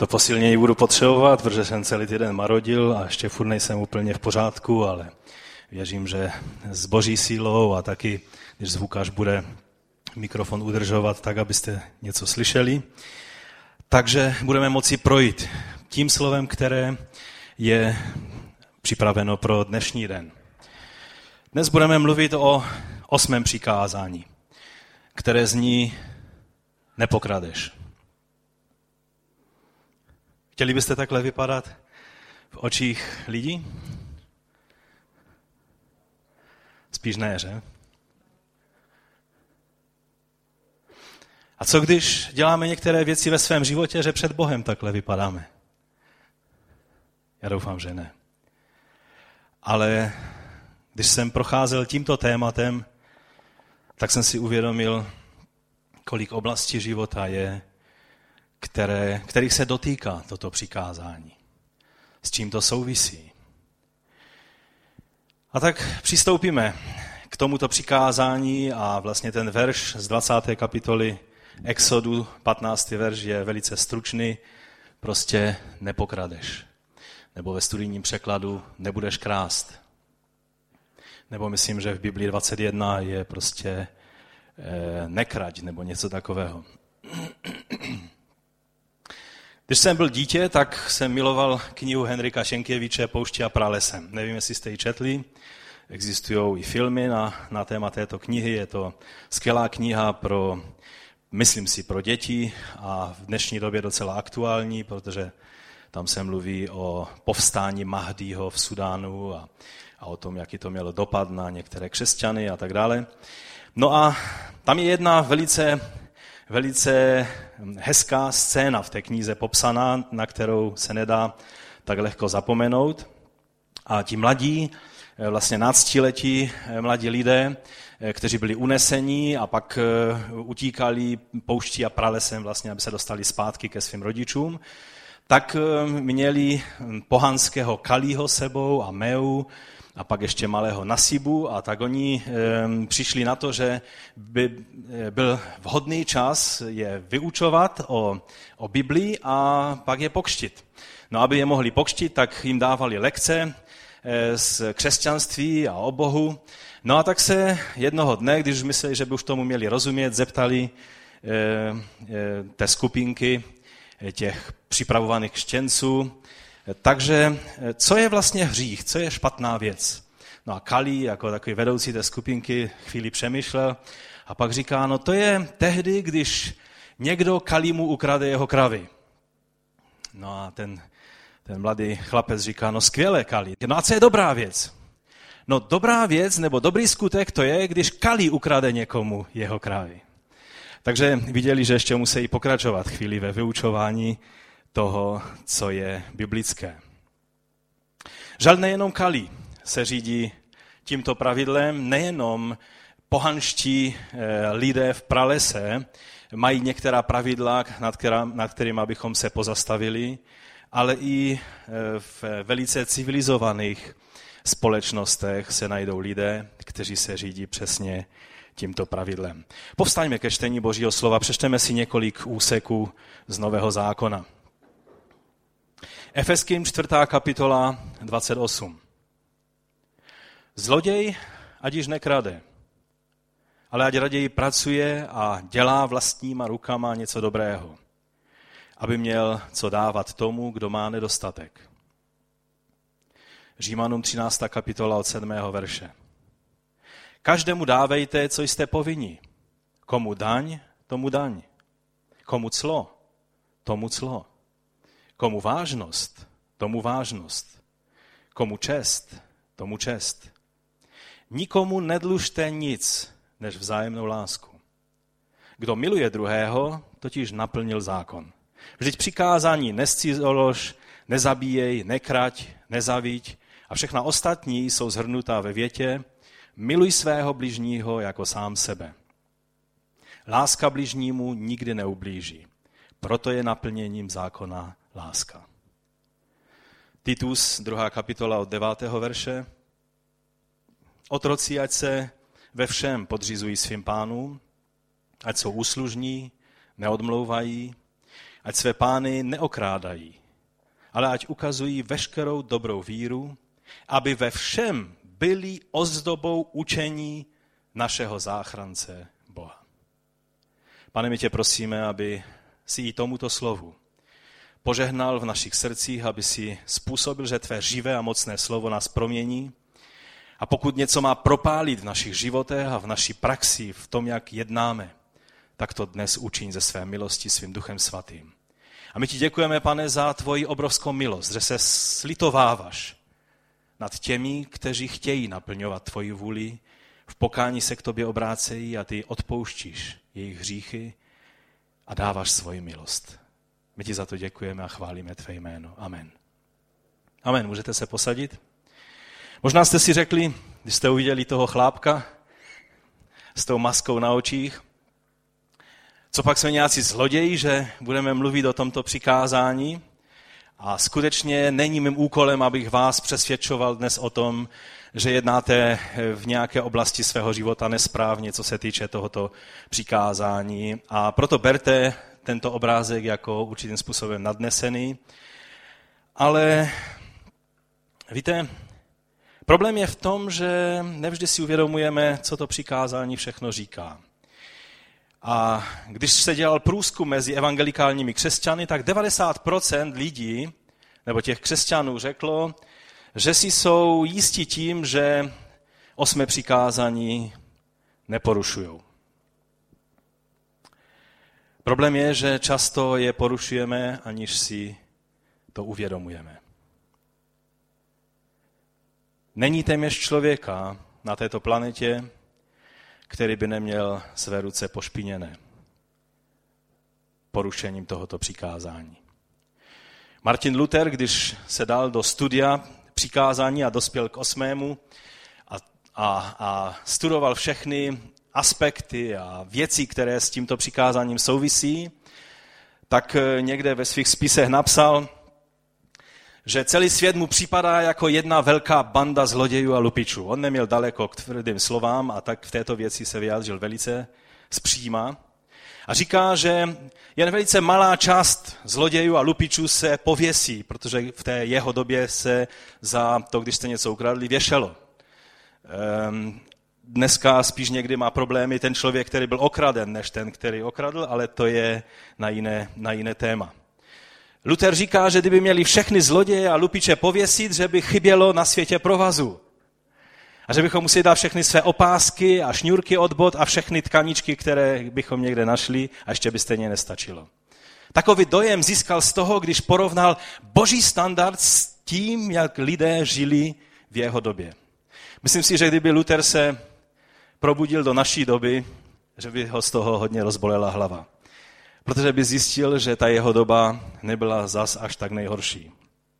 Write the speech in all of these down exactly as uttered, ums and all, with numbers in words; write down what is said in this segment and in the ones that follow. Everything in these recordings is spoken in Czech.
To posilněji budu potřebovat, protože jsem celý týden marodil a ještě furt nejsem úplně v pořádku, ale věřím, že s Boží sílou a taky, když zvukař bude mikrofon udržovat tak, abyste něco slyšeli. Takže budeme moci projít tím slovem, které je připraveno pro dnešní den. Dnes budeme mluvit o osmém přikázání, které zní nepokradeš. Chtěli byste takhle vypadat v očích lidí? Spíš ne, že? A co když děláme některé věci ve svém životě, že před Bohem takhle vypadáme? Já doufám, že ne. Ale když jsem procházel tímto tématem, tak jsem si uvědomil, kolik oblastí života je, které, kterých se dotýká toto přikázání. S čím to souvisí. A tak přistoupíme k tomuto přikázání a vlastně ten verš z dvacáté kapitoly Exodu, patnáctý verš je velice stručný, prostě nepokradeš. Nebo ve studijním překladu nebudeš krást. Nebo myslím, že v Biblii dvacet jedna je prostě e, nekrať nebo něco takového. Když jsem byl dítě, tak jsem miloval knihu Henrika Šenkěviče Pouště a pralesem. Nevím, jestli jste ji četli. Existují i filmy na, na téma této knihy. Je to skvělá kniha pro, myslím si, pro děti a v dnešní době docela aktuální, protože tam se mluví o povstání Mahdího v Sudánu a, a o tom, jaký to mělo dopad na některé křesťany a tak dále. No a tam je jedna velice, velice hezká scéna v té knize popsaná, na kterou se nedá tak lehko zapomenout. A ti mladí, vlastně náctiletí mladí lidé, kteří byli unesení a pak utíkali pouští a pralesem, vlastně, aby se dostali zpátky ke svým rodičům, tak měli pohanského Kalího sebou a Meu a pak ještě malého Nasibu a tak oni e, přišli na to, že by byl vhodný čas je vyučovat o, o Biblii a pak je pokřtit. No aby je mohli pokřtit, tak jim dávali lekce e, z křesťanství a o Bohu. No a tak se jednoho dne, když už mysleli, že by už tomu měli rozumět, zeptali e, e, té skupinky těch připravovaných křesťanců. Takže co je vlastně hřích, co je špatná věc? No a Kalí, jako takový vedoucí té skupinky, chvíli přemýšlel a pak říká, no to je tehdy, když někdo Kalímu ukrade jeho kravy. No a ten, ten mladý chlapec říká, no skvělé Kalí, no a co je dobrá věc? No dobrá věc nebo dobrý skutek to je, když Kalí ukrade někomu jeho krávy. Takže viděli, že ještě musí pokračovat chvíli ve vyučování toho, co je biblické. Žal nejenom Kalí se řídí tímto pravidlem, nejenom pohanští lidé v pralese mají některá pravidla, nad, která, nad kterými bychom se pozastavili, ale i v velice civilizovaných společnostech se najdou lidé, kteří se řídí přesně tímto pravidlem. Povstaňme ke čtení Božího slova, přečteme si několik úseků z Nového zákona. Efeským čtvrtá kapitola dvacet osm. Zloděj ať již nekrade, ale ať raději pracuje a dělá vlastníma rukama něco dobrého, aby měl co dávat tomu, kdo má nedostatek. Římanům třináctá kapitola od sedmého verše. Každému dávejte, co jste povinni. Komu daň, tomu daň. Komu clo, tomu clo. Komu vážnost, tomu vážnost. Komu čest, tomu čest. Nikomu nedlužte nic, než vzájemnou lásku. Kdo miluje druhého, totiž naplnil zákon. Vždyť přikázání nescizolož, nezabíjej, nekrať, nezaviď a všechna ostatní jsou shrnutá ve větě miluj svého bližního jako sám sebe. Láska bližnímu nikdy neublíží, proto je naplněním zákona láska. Titus, druhá kapitola od devátého verše. Otroci, ať se ve všem podřizují svým pánům, ať jsou úslužní, neodmlouvají, ať své pány neokrádají, ale ať ukazují veškerou dobrou víru, aby ve všem byli ozdobou učení našeho záchrance Boha. Pane, my tě prosíme, aby si i tomuto slovu požehnal v našich srdcích, aby si způsobil, že tvé živé a mocné slovo nás promění. A pokud něco má propálit v našich životech a v naší praxi, v tom, jak jednáme, tak to dnes učiň ze své milosti svým Duchem Svatým. A my ti děkujeme, Pane, za tvoji obrovskou milost, že se slitováváš nad těmi, kteří chtějí naplňovat tvoji vůli, v pokání se k tobě obrácejí a ty odpouštíš jejich hříchy a dáváš svoji milost. My ti za to děkujeme a chválíme tvé jméno. Amen. Amen. Můžete se posadit? Možná jste si řekli, když jste uviděli toho chlápka s tou maskou na očích, co pak jsme nějací zloději, že budeme mluvit o tomto přikázání. A skutečně není mým úkolem, abych vás přesvědčoval dnes o tom, že jednáte v nějaké oblasti svého života nesprávně, co se týče tohoto přikázání. A proto berte tento obrázek jako určitým způsobem nadnesený. Ale víte, problém je v tom, že nevždy si uvědomujeme, co to přikázání všechno říká. A když se dělal průzkum mezi evangelikálními křesťany, tak devadesát procent lidí, nebo těch křesťanů řeklo, že si jsou jistí tím, že osmé přikázání neporušují. Problém je, že často je porušujeme, aniž si to uvědomujeme. Není téměř člověka na této planetě, který by neměl své ruce pošpiněné porušením tohoto přikázání. Martin Luther, když se dal do studia přikázání a dospěl k osmému a, a, a studoval všechny aspekty a věci, které s tímto přikázáním souvisí, tak někde ve svých spisech napsal, že celý svět mu připadá jako jedna velká banda zlodějů a lupičů. On neměl daleko k tvrdým slovám a tak v této věci se vyjádřil velice zpříma. A říká, že jen velice malá část zlodějů a lupičů se pověsí, protože v té jeho době se za to, když jste něco ukradli, věšelo. Dneska spíš někdy má problémy ten člověk, který byl okraden, než ten, který okradl, ale to je na jiné, na jiné téma. Luther říká, že kdyby měli všechny zloděje a lupiče pověsit, že by chybělo na světě provazu. A že bychom museli dát všechny své opásky a šňůrky od bot a všechny tkaničky, které bychom někde našli a ještě by stejně nestačilo. Takový dojem získal z toho, když porovnal boží standard s tím, jak lidé žili v jeho době. Myslím si, že kdyby Luther se probudil do naší doby, že by ho z toho hodně rozbolela hlava. Protože by zjistil, že ta jeho doba nebyla zas až tak nejhorší.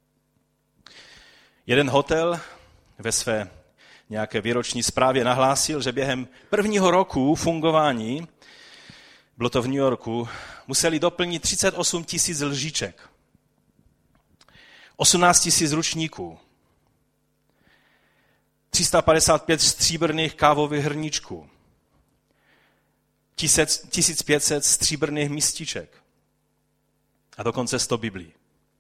Jeden hotel ve své nějaké výroční zprávě nahlásil, že během prvního roku fungování, bylo to v New Yorku, museli doplnit třicet osm tisíc lžiček, osmnáct tisíc ručníků, tři sta padesát pět stříbrných kávových hrníčků, tisíc pět set stříbrných mističek a dokonce sto biblí.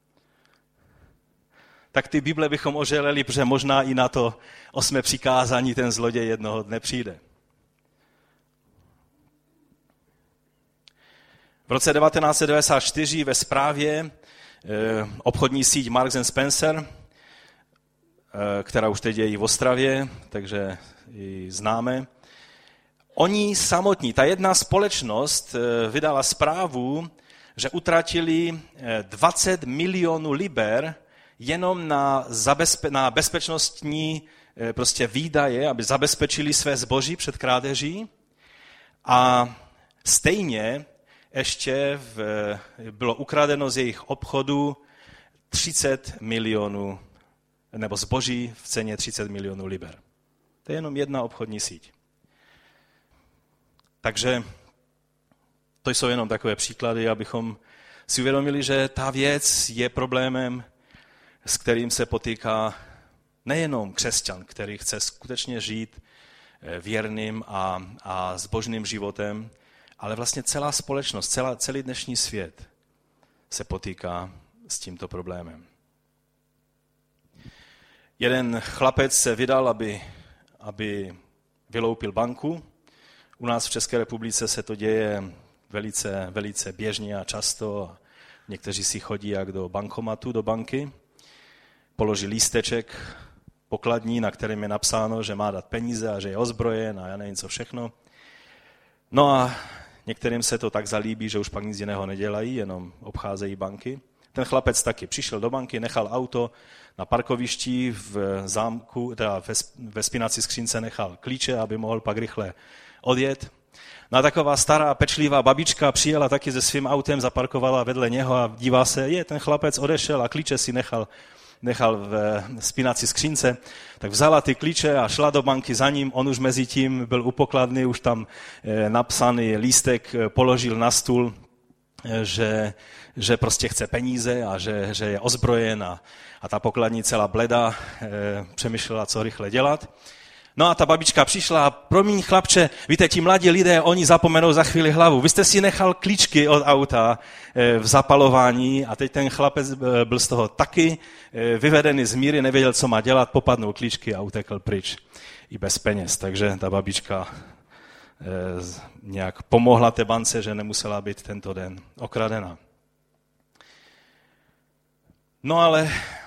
Tak ty Bible bychom oželeli, protože možná i na to osmé přikázání ten zloděj jednoho dne přijde. V roce devatenáct set devadesát čtyři ve zprávě eh, obchodní síť Marks and Spencer, eh, která už teď je i v Ostravě, takže ji známe, oni samotní, ta jedna společnost vydala zprávu, že utratili dvacet milionů liber jenom na, zabezpe- na bezpečnostní prostě výdaje, aby zabezpečili své zboží před krádeží. A stejně ještě v, bylo ukradeno z jejich obchodu třicet milionů, nebo zboží v ceně třicet milionů liber. To je jenom jedna obchodní síť. Takže to jsou jenom takové příklady, abychom si uvědomili, že ta věc je problémem, s kterým se potýká nejenom křesťan, který chce skutečně žít věrným a, a zbožným životem, ale vlastně celá společnost, celá, celý dnešní svět. se potýká s tímto problémem. Jeden chlapec se vydal, aby, aby vyloupil banku. U nás v České republice se to děje velice, velice běžně a často. Někteří si chodí jak do bankomatu, do banky, položí lísteček pokladní, na kterém je napsáno, že má dát peníze a že je ozbrojen a já nevím co všechno. No a některým se to tak zalíbí, že už pak nic jiného nedělají, jenom obcházejí banky. Ten chlapec taky přišel do banky, nechal auto na parkovišti v zámku, teda ve, ve spinací skřínce nechal klíče, aby mohl pak rychle odjet. No a taková stará, pečlivá babička přijela taky se svým autem, zaparkovala vedle něho a dívá se, je, ten chlapec odešel a klíče si nechal, nechal v spinací skřínce. Tak vzala ty klíče a šla do banky za ním, on už mezi tím byl u pokladny, už tam napsaný lístek položil na stůl, že, že prostě chce peníze a že, že je ozbrojen a, a ta pokladní celá bleda e, přemýšlela, co rychle dělat. No a ta babička přišla a promiň chlapče, víte, ti mladí lidé, oni zapomenou za chvíli hlavu. Vy jste si nechal klíčky od auta e, v zapalování a teď ten chlapec byl z toho taky e, vyvedený z míry, nevěděl, co má dělat, popadnul klíčky a utekl pryč i bez peněz. Takže ta babička nějak pomohla té bance, že nemusela být tento den okradena. No ale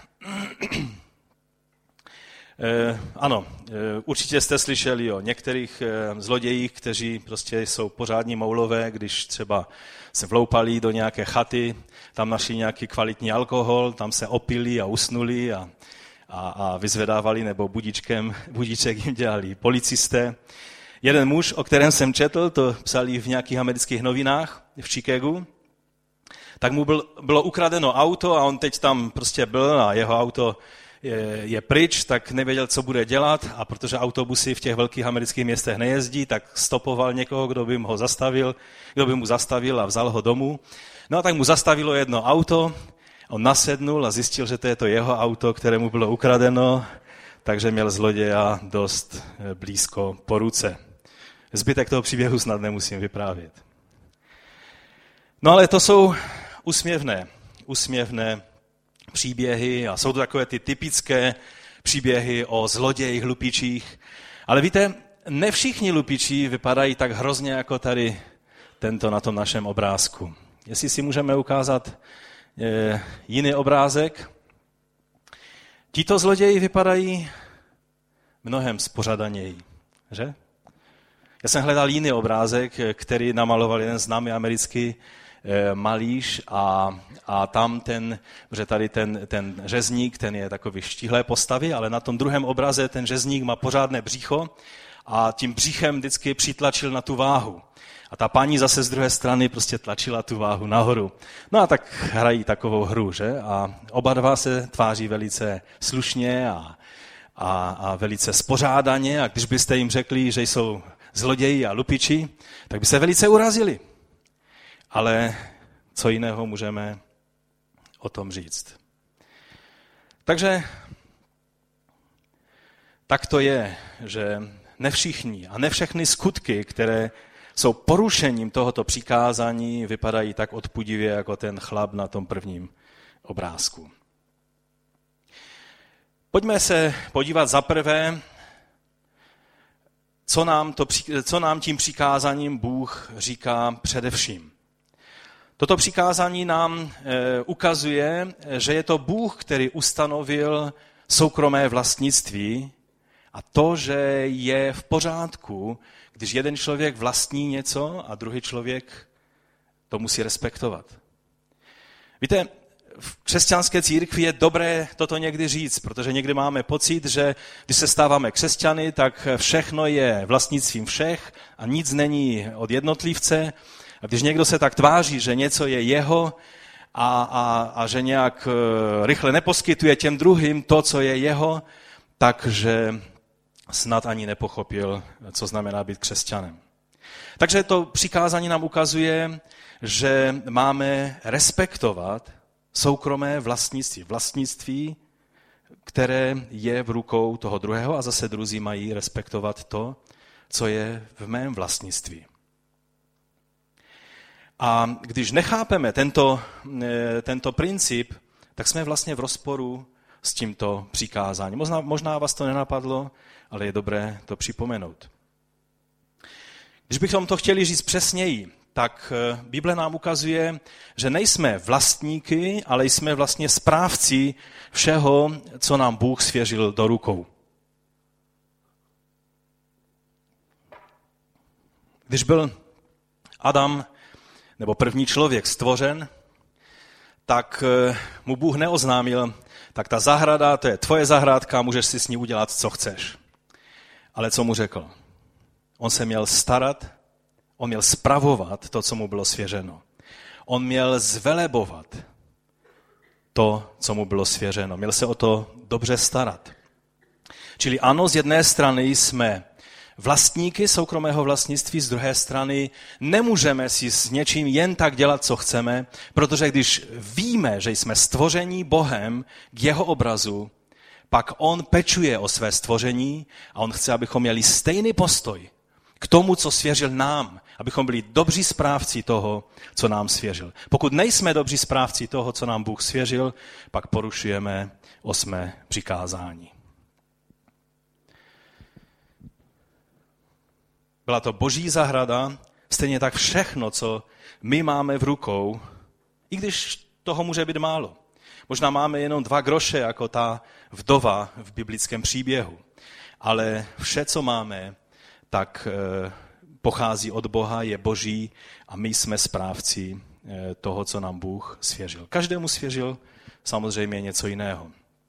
ano, určitě jste slyšeli o některých zlodějích, kteří prostě jsou pořádní moulové, když třeba se vloupali do nějaké chaty, tam našli nějaký kvalitní alkohol, tam se opili a usnuli a, a, a vyzvedávali, nebo budičkem, budiček jim dělali policisté. Jeden muž, o kterém jsem četl, to psali v nějakých amerických novinách v Chicagu, tak mu byl, bylo ukradeno auto a on teď tam prostě byl a jeho auto je, je pryč, tak nevěděl, co bude dělat a protože autobusy v těch velkých amerických městech nejezdí, tak stopoval někoho, kdo by ho zastavil, kdo by mu zastavil a vzal ho domů. No a tak mu zastavilo jedno auto, on nasednul a zjistil, že to je to jeho auto, kterému bylo ukradeno, takže měl zloděja dost blízko po ruce. Zbytek toho příběhu snad nemusím vyprávět. No ale to jsou úsměvné, úsměvné příběhy a jsou to takové ty typické příběhy o zlodějích, lupičích. Ale víte, ne všichni lupiči vypadají tak hrozně jako tady tento na tom našem obrázku. Jestli si můžeme ukázat e, jiný obrázek. Tito zloději vypadají mnohem spořadaněji, že? Já jsem hledal jiný obrázek, který namaloval jeden známý americký malíř a, a tam ten, že tady ten, ten řezník, ten je takový štíhlé postavy, ale na tom druhém obraze ten řezník má pořádné břicho a tím břichem vždycky přitlačil na tu váhu. A ta paní zase z druhé strany prostě tlačila tu váhu nahoru. No a tak hrají takovou hru, že? A oba dva se tváří velice slušně a, a, a velice spořádaně a když byste jim řekli, že jsou zloději a lupiči, tak by se velice urazili. Ale co jiného můžeme o tom říct? Takže tak to je, že ne všichni a ne všechny skutky, které jsou porušením tohoto přikázání, vypadají tak odpudivě jako ten chlap na tom prvním obrázku. Pojďme se podívat zaprvé, co nám, to, co nám tím přikázáním Bůh říká především. Toto přikázání nám e, ukazuje, že je to Bůh, který ustanovil soukromé vlastnictví a to, že je v pořádku, když jeden člověk vlastní něco a druhý člověk to musí respektovat. Víte, v křesťanské církvi je dobré toto někdy říct, protože někdy máme pocit, že když se stáváme křesťany, tak všechno je vlastnictvím všech a nic není od jednotlivce. A když někdo se tak tváří, že něco je jeho a, a, a že nějak rychle neposkytuje těm druhým to, co je jeho, takže snad ani nepochopil, co znamená být křesťanem. Takže to přikázání nám ukazuje, že máme respektovat soukromé vlastnictví. Vlastnictví, které je v rukou toho druhého a zase druzí mají respektovat to, co je v mém vlastnictví. A když nechápeme tento, tento princip, tak jsme vlastně v rozporu s tímto přikázáním. Možná, možná vás to nenapadlo, ale je dobré to připomenout. Když bychom to chtěli říct přesněji, tak Bible nám ukazuje, že nejsme vlastníky, ale jsme vlastně správci všeho, co nám Bůh svěřil do rukou. Když byl Adam, nebo první člověk stvořen, tak mu Bůh neoznámil, tak ta zahrada, to je tvoje zahrádka, můžeš si s ní udělat, co chceš. Ale co mu řekl? On se měl starat, on měl spravovat to, co mu bylo svěřeno. On měl zvelebovat to, co mu bylo svěřeno. Měl se o to dobře starat. Čili ano, z jedné strany jsme vlastníky soukromého vlastnictví, z druhé strany nemůžeme si s něčím jen tak dělat, co chceme, protože když víme, že jsme stvoření Bohem k jeho obrazu, pak on pečuje o své stvoření a on chce, abychom měli stejný postoj k tomu, co svěřil nám, abychom byli dobří správci toho, co nám svěřil. Pokud nejsme dobří správci toho, co nám Bůh svěřil, pak porušujeme osmé přikázání. Byla to boží zahrada, stejně tak všechno, co my máme v rukou, i když toho může být málo. Možná máme jenom dva groše, jako ta vdova v biblickém příběhu. Ale vše, co máme, tak pochází od Boha, je boží a my jsme správci toho, co nám Bůh svěřil. Každému svěřil samozřejmě něco jiného.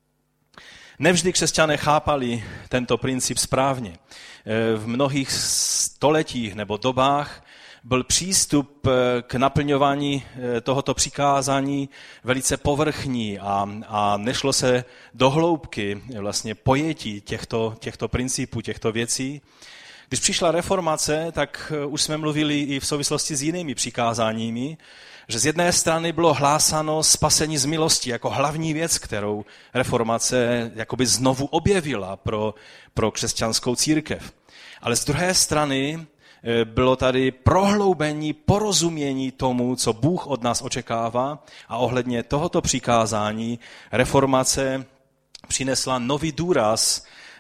Nevždy křesťané chápali tento princip správně. V mnohých stoletích nebo dobách byl přístup k naplňování tohoto přikázání velice povrchní a, a nešlo se do hloubky vlastně pojetí těchto, těchto principů, těchto věcí. Když přišla reformace, tak už jsme mluvili i v souvislosti s jinými přikázáními, že z jedné strany bylo hlásáno spasení z milosti jako hlavní věc, kterou reformace jakoby znovu objevila pro, pro křesťanskou církev. Ale z druhé strany bylo tady prohloubení, porozumění tomu, co Bůh od nás očekává a ohledně tohoto přikázání reformace přinesla nový důraz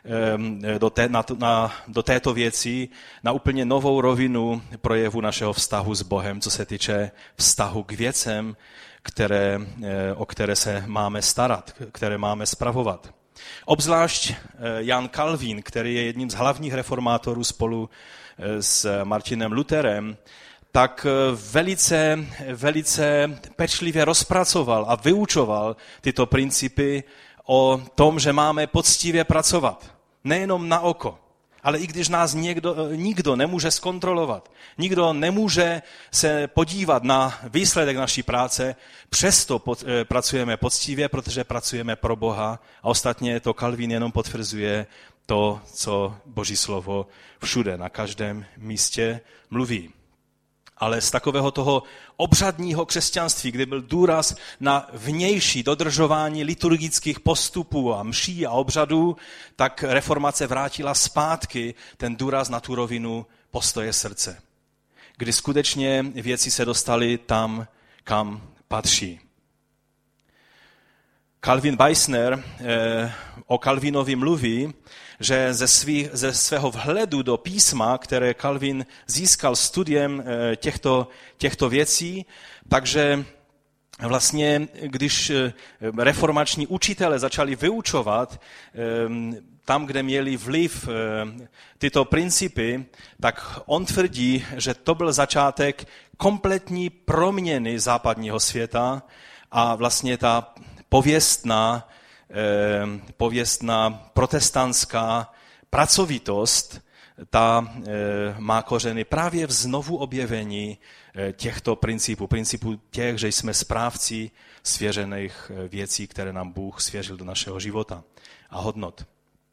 do, té, na, na, do této věci, na úplně novou rovinu projevu našeho vztahu s Bohem, co se týče vztahu k věcem, které, o které se máme starat, které máme spravovat. Obzvlášť Jan Kalvín, který je jedním z hlavních reformátorů spolu s Martinem Lutherem, tak velice, velice pečlivě rozpracoval a vyučoval tyto principy o tom, že máme poctivě pracovat. Nejenom na oko, ale i když nás někdo, nikdo nemůže zkontrolovat, nikdo nemůže se podívat na výsledek naší práce, přesto pod, e, pracujeme poctivě, protože pracujeme pro Boha a ostatně to Kalvín jenom potvrzuje to, co Boží slovo všude, na každém místě mluví. Ale z takového toho obřadního křesťanství, kdy byl důraz na vnější dodržování liturgických postupů a mší a obřadů, tak reformace vrátila zpátky ten důraz na tu rovinu postoje srdce, kdy skutečně věci se dostaly tam, kam patří. Calvin Weissner eh, o Calvinovi mluví, že ze, svých, ze svého vhledu do písma, které Calvin získal studiem eh, těchto, těchto věcí, takže vlastně, když reformační učitelé začali vyučovat eh, tam, kde měli vliv eh, tyto principy, tak on tvrdí, že to byl začátek kompletní proměny západního světa a vlastně ta pověstná, eh, pověstná protestantská pracovitost, ta eh, má kořeny právě v znovu objevení eh, těchto principů, principů těch, že jsme správci svěřených věcí, které nám Bůh svěřil do našeho života a hodnot.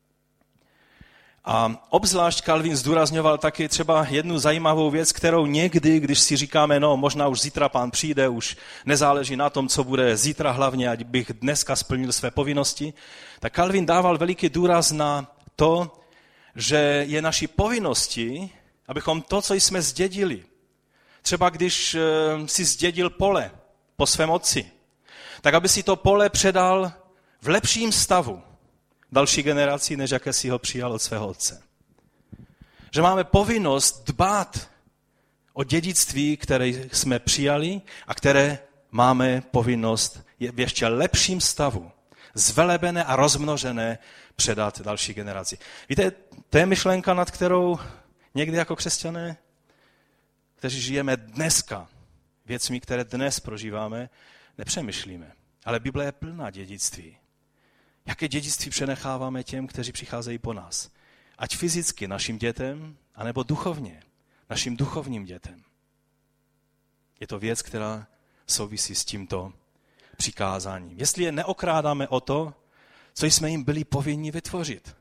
A obzvlášť Calvin zdůrazňoval taky třeba jednu zajímavou věc, kterou někdy, když si říkáme, no možná už zítra Pán přijde, už nezáleží na tom, co bude zítra hlavně, ať bych dneska splnil své povinnosti, tak Calvin dával veliký důraz na to, že je naší povinností, abychom to, co jsme zdědili, Třeba když si zdědil pole po svém otci, tak aby si to pole předal v lepším stavu další generaci, než jaké si ho přijal od svého otce. Že máme povinnost dbát o dědictví, které jsme přijali a které máme povinnost v ještě lepším stavu, zvelebené a rozmnožené, předat další generaci. Víte, to je myšlenka, nad kterou někdy jako křesťané, kteří žijeme dneska, věcmi, které dnes prožíváme, nepřemýšlíme. Ale Bible je plná dědictví. Jaké dědictví přenecháváme těm, kteří přicházejí po nás? Ať fyzicky našim dětem, anebo duchovně našim duchovním dětem. Je to věc, která souvisí s tímto přikázáním. Jestli je neokrádáme o to, co jsme jim byli povinni vytvořit.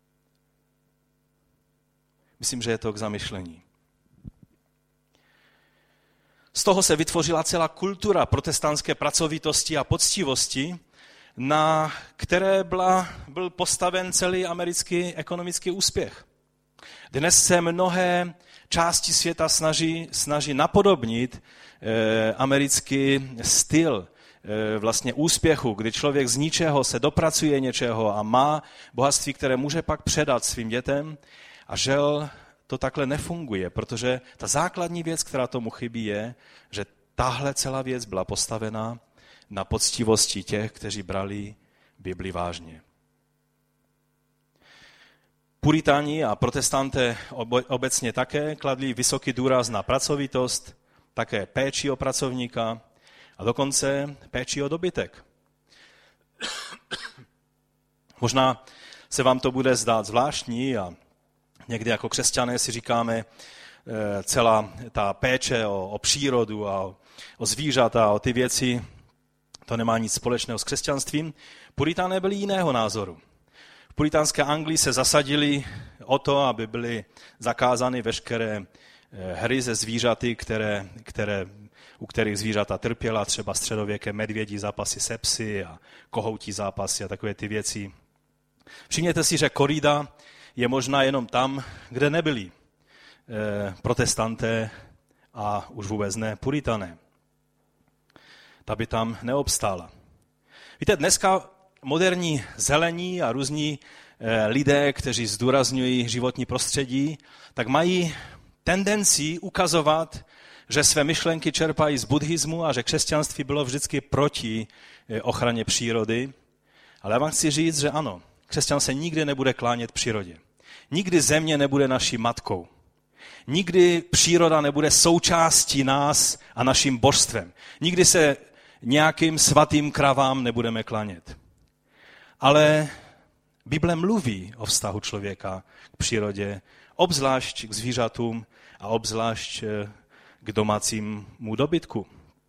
Myslím, že je to k zamyšlení. Z toho se vytvořila celá kultura protestantské pracovitosti a poctivosti, na které byla, byl postaven celý americký ekonomický úspěch. Dnes se mnohé části světa snaží, snaží napodobnit eh, americký styl eh, vlastně úspěchu, kdy člověk z ničeho se dopracuje něčeho a má bohatství, které může pak předat svým dětem. A žel to takhle nefunguje, protože ta základní věc, která tomu chybí, je, že tahle celá věc byla postavena na poctivosti těch, kteří brali Bibli vážně. Puritáni a protestanté obecně také kladli vysoký důraz na pracovitost, také péči o pracovníka a dokonce péči o dobytek. Možná se vám to bude zdát zvláštní a někdy jako křesťané si říkáme, celá ta péče o, o přírodu a o, o zvířata, o ty věci, to nemá nic společného s křesťanstvím. Puritáné byli jiného názoru. V puritánské Anglii se zasadili o to, aby byly zakázány veškeré hry ze zvířaty, které, které, u kterých zvířata trpěla, třeba středověké medvědí zápasy se psy a kohoutí zápasy a takové ty věci. Všimněte si, že korida je možná jenom tam, kde nebyli eh, protestanté a už vůbec ne puritané. Ta by tam neobstála. Víte, dneska moderní zelení a různí eh, lidé, kteří zdůrazňují životní prostředí, tak mají tendenci ukazovat, že své myšlenky čerpají z buddhismu a že křesťanství bylo vždycky proti eh, ochraně přírody. Ale já vám chci říct, že ano, křesťan se nikdy nebude klánět přírodě. Nikdy země nebude naší matkou. Nikdy příroda nebude součástí nás a naším božstvem. Nikdy se nějakým svatým kravám nebudeme klánět. Ale Bible mluví o vztahu člověka k přírodě, obzvlášť k zvířatům a obzvlášť k domácímu dobytku.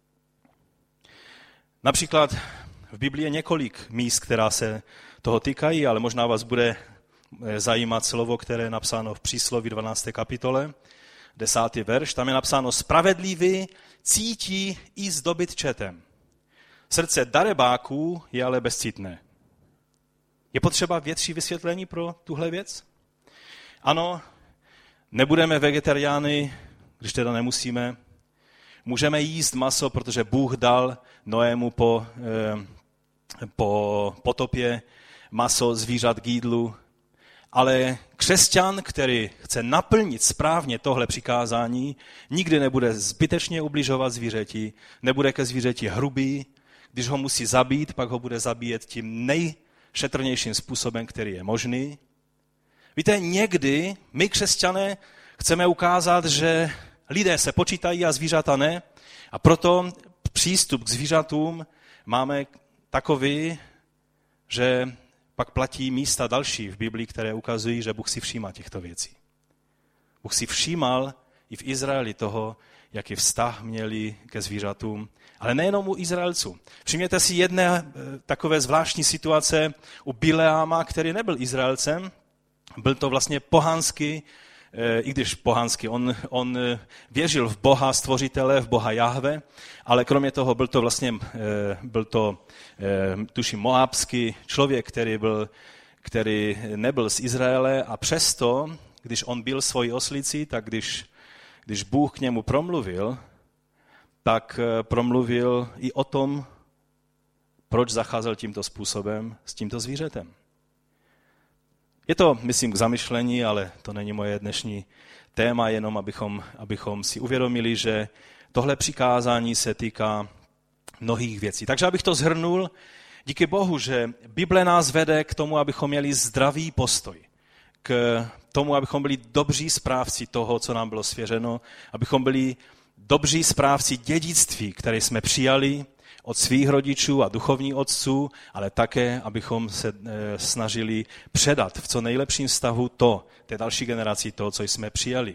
Například v Biblii je několik míst, která se toho týkají, ale možná vás bude zajímat slovo, které je napsáno v Přísloví dvanácté kapitole, desátý verš. Tam je napsáno: spravedlivý cítí i s dobytčetem. Srdce darebáků je ale bezcitné. Je potřeba větší vysvětlení pro tuhle věc? Ano, nebudeme vegetariány, když teda nemusíme. Můžeme jíst maso, protože Bůh dal Noému po, eh, po potopě maso zvířat k jídlu. Ale křesťan, který chce naplnit správně tohle přikázání, nikdy nebude zbytečně ubližovat zvířeti, nebude ke zvířeti hrubý. Když ho musí zabít, pak ho bude zabíjet tím nejšetrnějším způsobem, který je možný. Víte, někdy my křesťané chceme ukázat, že lidé se počítají a zvířata ne, a proto přístup k zvířatům máme takový, že pak platí místa další v Biblii, které ukazují, že Bůh si všímá těchto věcí. Bůh si všímal i v Izraeli toho, jaký vztah měli ke zvířatům, ale nejenom u Izraelců. Všimněte si jedné takové zvláštní situace u Bileáma, který nebyl Izraelcem, byl to vlastně pohanský, i když pohanský, on, on věřil v Boha stvořitele, v Boha Jahve, ale kromě toho byl to vlastně, byl to, tuším, moabský člověk, který, byl, který nebyl z Izraele, a přesto, když on byl svoji oslici, tak když když Bůh k němu promluvil, tak promluvil i o tom, proč zacházel tímto způsobem s tímto zvířetem. Je to, myslím, k zamyšlení, ale to není moje dnešní téma, jenom abychom, abychom si uvědomili, že tohle přikázání se týká mnohých věcí. Takže abych to shrnul, díky Bohu, že Bible nás vede k tomu, abychom měli zdravý postoj, k tomu, abychom byli dobří správci toho, co nám bylo svěřeno, abychom byli dobří správci dědictví, které jsme přijali od svých rodičů a duchovních otců, ale také, abychom se snažili předat v co nejlepším vztahu to, té další generaci to, co jsme přijali.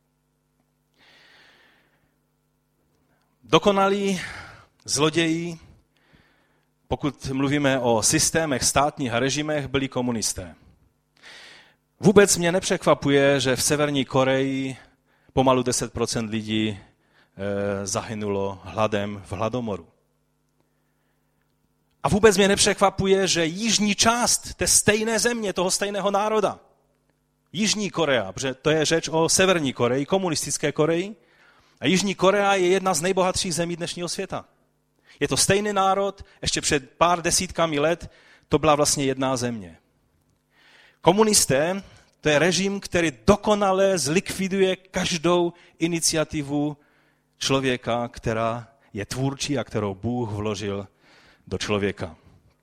Dokonalí zloději, pokud mluvíme o systémech státních a režimech, byli komunisté. Vůbec mě nepřekvapuje, že v Severní Koreji pomalu deset procent lidí zahynulo hladem v hladomoru. A vůbec mě nepřekvapuje, že jižní část té stejné země, toho stejného národa, Jižní Korea, protože to je řeč o Severní Koreji, komunistické Koreji, a Jižní Korea je jedna z nejbohatších zemí dnešního světa. Je to stejný národ, ještě před pár desítkami let to byla vlastně jedna země. Komunisté, to je režim, který dokonale zlikviduje každou iniciativu člověka, která je tvůrčí a kterou Bůh vložil do člověka.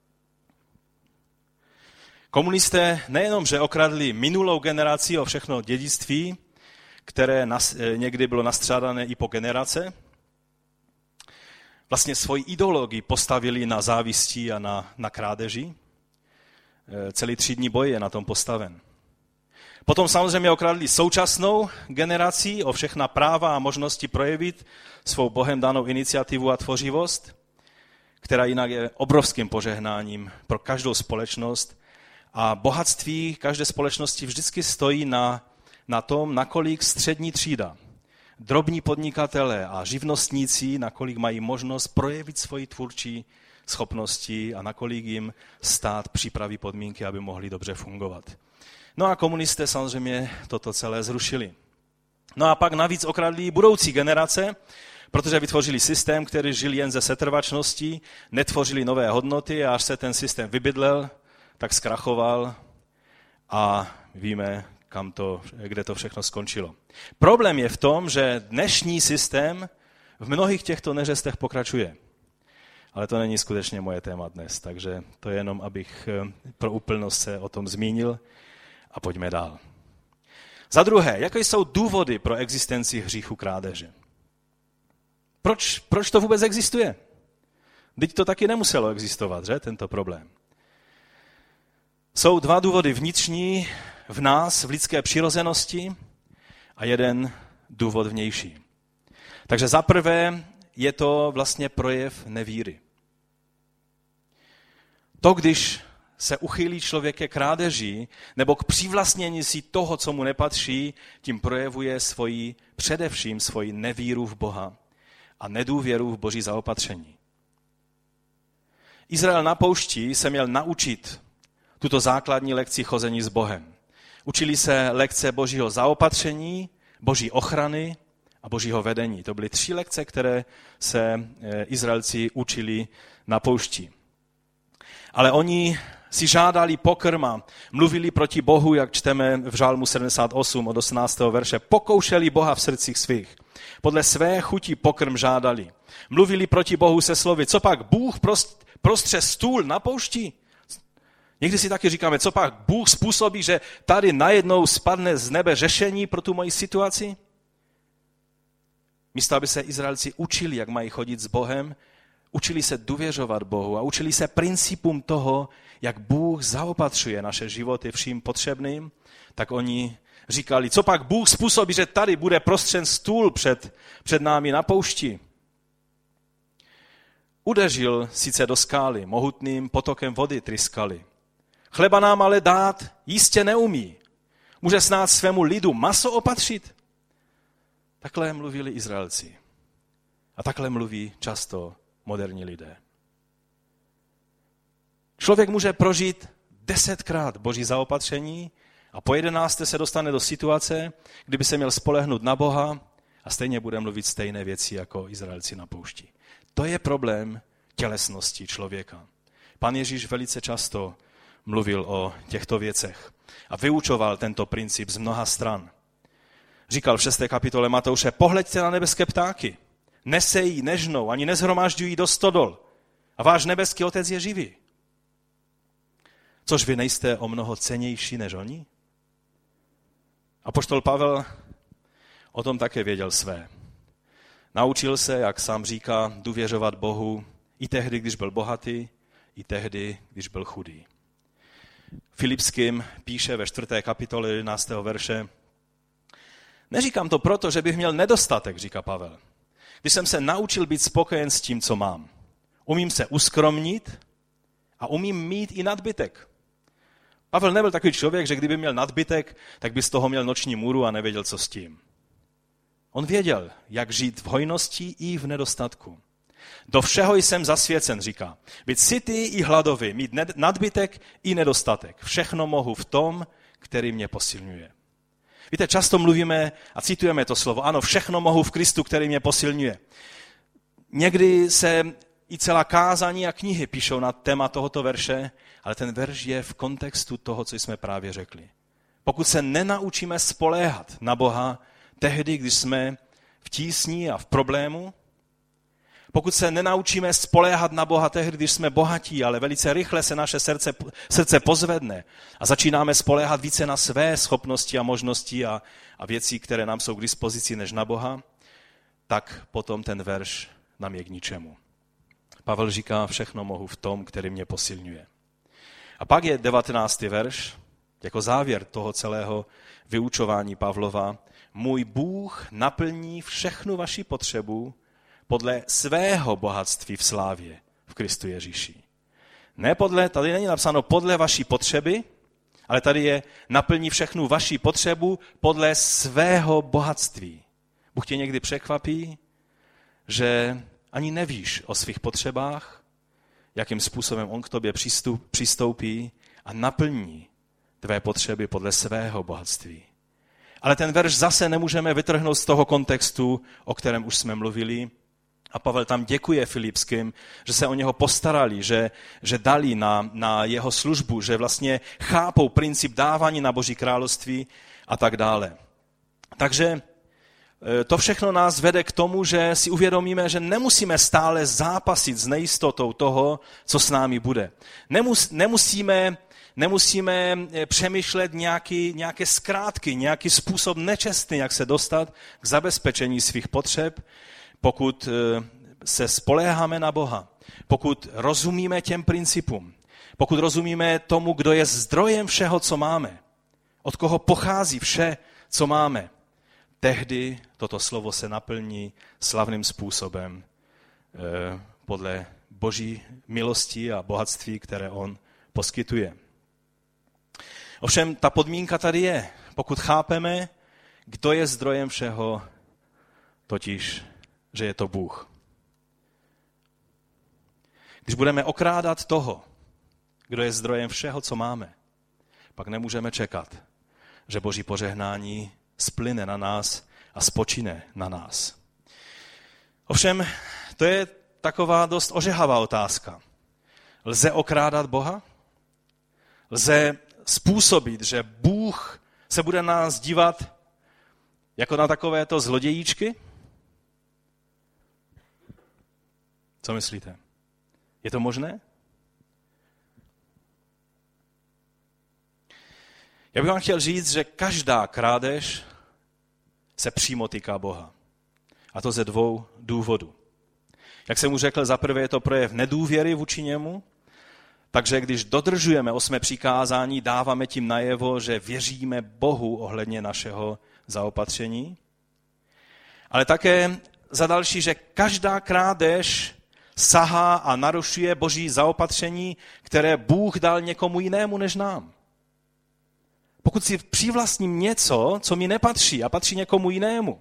Komunisté nejenom, že okradli minulou generaci o všechno dědictví, které nas, někdy bylo nastřádané i po generace, vlastně svoji ideologii postavili na závisti a na, na krádeži. Celý třídní boj je na tom postaven. Potom samozřejmě okradli současnou generaci o všechna práva a možnosti projevit svou Bohem danou iniciativu a tvořivost, která jinak je obrovským požehnáním pro každou společnost. A bohatství každé společnosti vždycky stojí na, na tom, nakolik střední třída, drobní podnikatelé a živnostníci, nakolik mají možnost projevit svoji tvůrčí schopnosti a nakolik jim stát připraví podmínky, aby mohli dobře fungovat. No a komunisté samozřejmě toto celé zrušili. No a pak navíc okradli budoucí generace, protože vytvořili systém, který žil jen ze setrvačnosti, netvořili nové hodnoty a až se ten systém vybydlel, tak zkrachoval a víme, kam to, kde to všechno skončilo. Problém je v tom, že dnešní systém v mnohých těchto neřestech pokračuje. Ale to není skutečně moje téma dnes, takže to je jenom, abych pro úplnost se o tom zmínil a pojďme dál. Za druhé, jaké jsou důvody pro existenci hříchu krádeže? Proč, proč to vůbec existuje? Vždyť to taky nemuselo existovat, že, tento problém. Jsou dva důvody vnitřní v nás, v lidské přirozenosti a jeden důvod vnější. Takže za prvé je to vlastně projev nevíry. To, když se uchýlí člověk ke krádeži nebo k přivlastnění si toho, co mu nepatří, tím projevuje svoji, především svoji nevíru v Boha a nedůvěru v Boží zaopatření. Izrael na poušti se měl naučit tuto základní lekci chození s Bohem. Učili se lekce Božího zaopatření, Boží ochrany a Božího vedení. To byly tři lekce, které se Izraelci učili na poušti. Ale oni si žádali pokrm a mluvili proti Bohu, jak čteme v Žálmu sedmdesát osm od osmnáctého verše. Pokoušeli Boha v srdcích svých. Podle své chuti pokrm žádali. Mluvili proti Bohu se slovy, co pak Bůh prostře stůl na poušti? Někdy si taky říkáme, co pak Bůh způsobí, že tady najednou spadne z nebe řešení pro tu moji situaci? Místo, aby se Izraelci učili, jak mají chodit s Bohem, učili se důvěřovat Bohu a učili se principům toho, jak Bůh zaopatřuje naše životy vším potřebným, tak oni říkali, co pak Bůh způsobí, že tady bude prostřen stůl před, před námi na poušti. Udeřil sice do skály, mohutným potokem vody tryskali. Chleba nám ale dát jistě neumí. Může snad svému lidu maso opatřit? Takhle mluvili Izraelci. A takhle mluví často moderní lidé. Člověk může prožít desetkrát Boží zaopatření a po jedenácté se dostane do situace, kdyby se měl spolehnout na Boha a stejně bude mluvit stejné věci jako Izraelci na poušti. To je problém tělesnosti člověka. Pan Ježíš velice často mluvil o těchto věcech a vyučoval tento princip z mnoha stran. Říkal v šesté kapitole Matouše, pohleďte na nebeské ptáky. Nesejí, nežnou, ani nezhromažďují do stodol. A váš nebeský otec je živý. Což vy nejste o mnoho cennější než oni? Apoštol Pavel o tom také věděl své. Naučil se, jak sám říká, důvěřovat Bohu i tehdy, když byl bohatý, i tehdy, když byl chudý. Filipským píše ve čtvrté kapitole jedenáctého verše, neříkám to proto, že bych měl nedostatek, říká Pavel. Když jsem se naučil být spokojen s tím, co mám. Umím se uskromnit a umím mít i nadbytek. Pavel nebyl takový člověk, že kdyby měl nadbytek, tak by z toho měl noční můru a nevěděl, co s tím. On věděl, jak žít v hojnosti i v nedostatku. Do všeho jsem zasvěcen, říká. Být sytý i hladový, mít nadbytek i nedostatek. Všechno mohu v tom, který mě posilňuje. Víte, často mluvíme a citujeme to slovo. Ano, všechno mohu v Kristu, který mě posilňuje. Někdy se i celá kázání a knihy píšou na téma tohoto verše, ale ten verš je v kontextu toho, co jsme právě řekli. Pokud se nenaučíme spoléhat na Boha tehdy, když jsme v tísni a v problému, pokud se nenaučíme spoléhat na Boha tehdy, když jsme bohatí, ale velice rychle se naše srdce, srdce pozvedne a začínáme spoléhat více na své schopnosti a možnosti a, a věci, které nám jsou k dispozici, než na Boha, tak potom ten verš nám je k ničemu. Pavel říká, všechno mohu v tom, který mě posilňuje. A pak je devatenáctý verš, jako závěr toho celého vyučování Pavlova. Můj Bůh naplní všechnu vaši potřebu podle svého bohatství v slávě v Kristu Ježíši. Ne podle, tady není napsáno podle vaší potřeby, ale tady je naplní všechnu vaši potřebu podle svého bohatství. Bůh tě někdy překvapí, že ani nevíš o svých potřebách, jakým způsobem on k tobě přistoupí a naplní tvé potřeby podle svého bohatství. Ale ten verš zase nemůžeme vytrhnout z toho kontextu, o kterém už jsme mluvili. A Pavel tam děkuje Filipským, že se o něho postarali, že, že dali na, na jeho službu, že vlastně chápou princip dávání na Boží království a tak dále. Takže to všechno nás vede k tomu, že si uvědomíme, že nemusíme stále zápasit s nejistotou toho, co s námi bude. Nemus, nemusíme, nemusíme přemýšlet nějaký, nějaké zkrátky, nějaký způsob nečestný, jak se dostat k zabezpečení svých potřeb, pokud se spoléháme na Boha, pokud rozumíme těm principům, pokud rozumíme tomu, kdo je zdrojem všeho, co máme, od koho pochází vše, co máme, tehdy toto slovo se naplní slavným způsobem podle Boží milosti a bohatství, které on poskytuje. Ovšem, ta podmínka tady je. Pokud chápeme, kdo je zdrojem všeho, totiž, že je to Bůh. Když budeme okrádat toho, kdo je zdrojem všeho, co máme, pak nemůžeme čekat, že Boží požehnání splyne na nás a spočine na nás. Ovšem, to je taková dost ožehavá otázka. Lze okrádat Boha? Lze způsobit, že Bůh se bude na nás dívat jako na takovéto zlodějíčky? Co myslíte? Je to možné? Já bych vám chtěl říct, že každá krádež se přímo týká Boha. A to ze dvou důvodů. Jak jsem mu řekl, za prvé je to projev nedůvěry vůči němu, takže když dodržujeme osmé přikázání, dáváme tím najevo, že věříme Bohu ohledně našeho zaopatření. Ale také za další, že každá krádež sahá a narušuje Boží zaopatření, které Bůh dal někomu jinému než nám. Pokud si přivlastním něco, co mi nepatří a patří někomu jinému,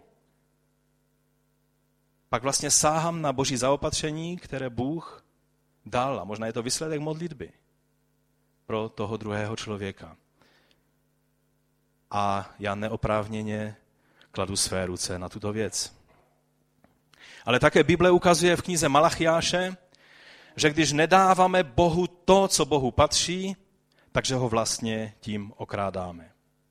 pak vlastně sáhám na Boží zaopatření, které Bůh dal. A možná je to výsledek modlitby pro toho druhého člověka. A já neoprávněně kladu své ruce na tuto věc. Ale také Bible ukazuje v knize Malachiáše, že když nedáváme Bohu to, co Bohu patří, takže ho vlastně tím okrádáme.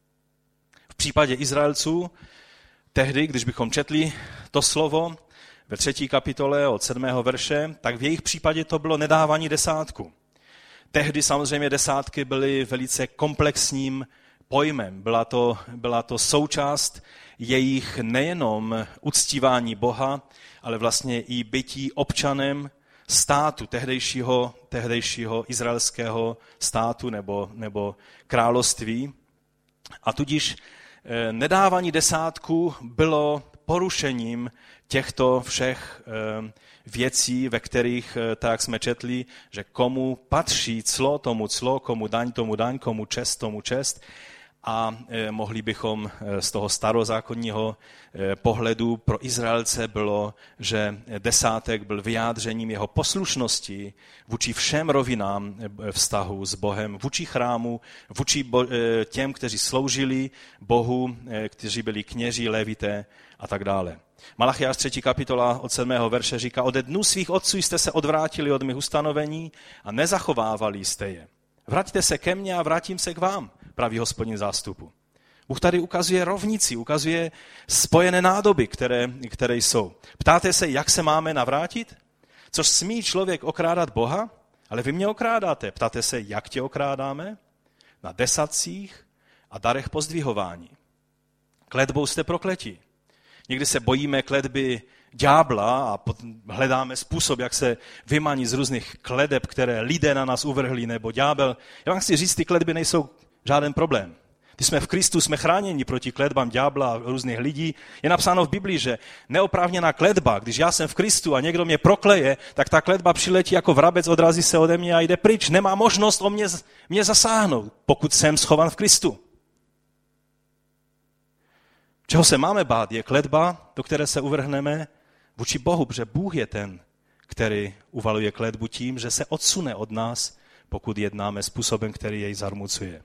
V případě Izraelců, tehdy, když bychom četli to slovo ve třetí kapitole od sedmého verše, tak v jejich případě to bylo nedávání desátku. Tehdy samozřejmě desátky byly velice komplexním pojmem. Byla to, byla to součást jejich nejenom uctívání Boha, ale vlastně i bytí občanem státu, tehdejšího, tehdejšího izraelského státu nebo, nebo království. A tudíž eh, nedávání desátku bylo porušením těchto všech eh, věcí, ve kterých, eh, tak jak jsme četli, že komu patří clo, tomu clo, komu daň, tomu daň, komu čest, tomu čest. A eh, mohli bychom eh, z toho starozákonního eh, pohledu pro Izraelce bylo, že desátek byl vyjádřením jeho poslušnosti vůči všem rovinám eh, vztahu s Bohem, vůči chrámu, vůči bo, eh, těm, kteří sloužili Bohu, eh, kteří byli kněží, levité a tak dále. Malachiáš třetí kapitola od sedmého verše říká: ode dnů svých otců jste se odvrátili od mých ustanovení a nezachovávali jste je. Vraťte se ke mně a vrátím se k vám, praví Hospodin zástupu. Bůh tady ukazuje rovnici, ukazuje spojené nádoby, které, které jsou. Ptáte se, jak se máme navrátit? Což smí člověk okrádat Boha? Ale vy mě okrádáte. Ptáte se, jak tě okrádáme? Na desatcích a darech pozdvihování. Kletbou jste prokletí. Někdy se bojíme kletby ďábla a hledáme způsob, jak se vymanit z různých kledeb, které lidé na nás uvrhli, nebo ďábel. Já vám chci říct, ty kletby nejsou žádný problém. Když jsme v Kristu, jsme chráněni proti kletbám ďábla a různých lidí. Je napsáno v Biblii, že neoprávněná kletba, když já jsem v Kristu a někdo mě prokleje, tak ta kletba přiletí jako vrabec, odrazí se ode mě a jde pryč. Nemá možnost o mě, mě zasáhnout, pokud jsem schovan v Kristu. Čeho se máme bát, je kletba, do které se uvrhneme vůči Bohu, protože Bůh je ten, který uvaluje kletbu tím, že se odsune od nás, pokud jednáme způsobem, který jej zarmucuje.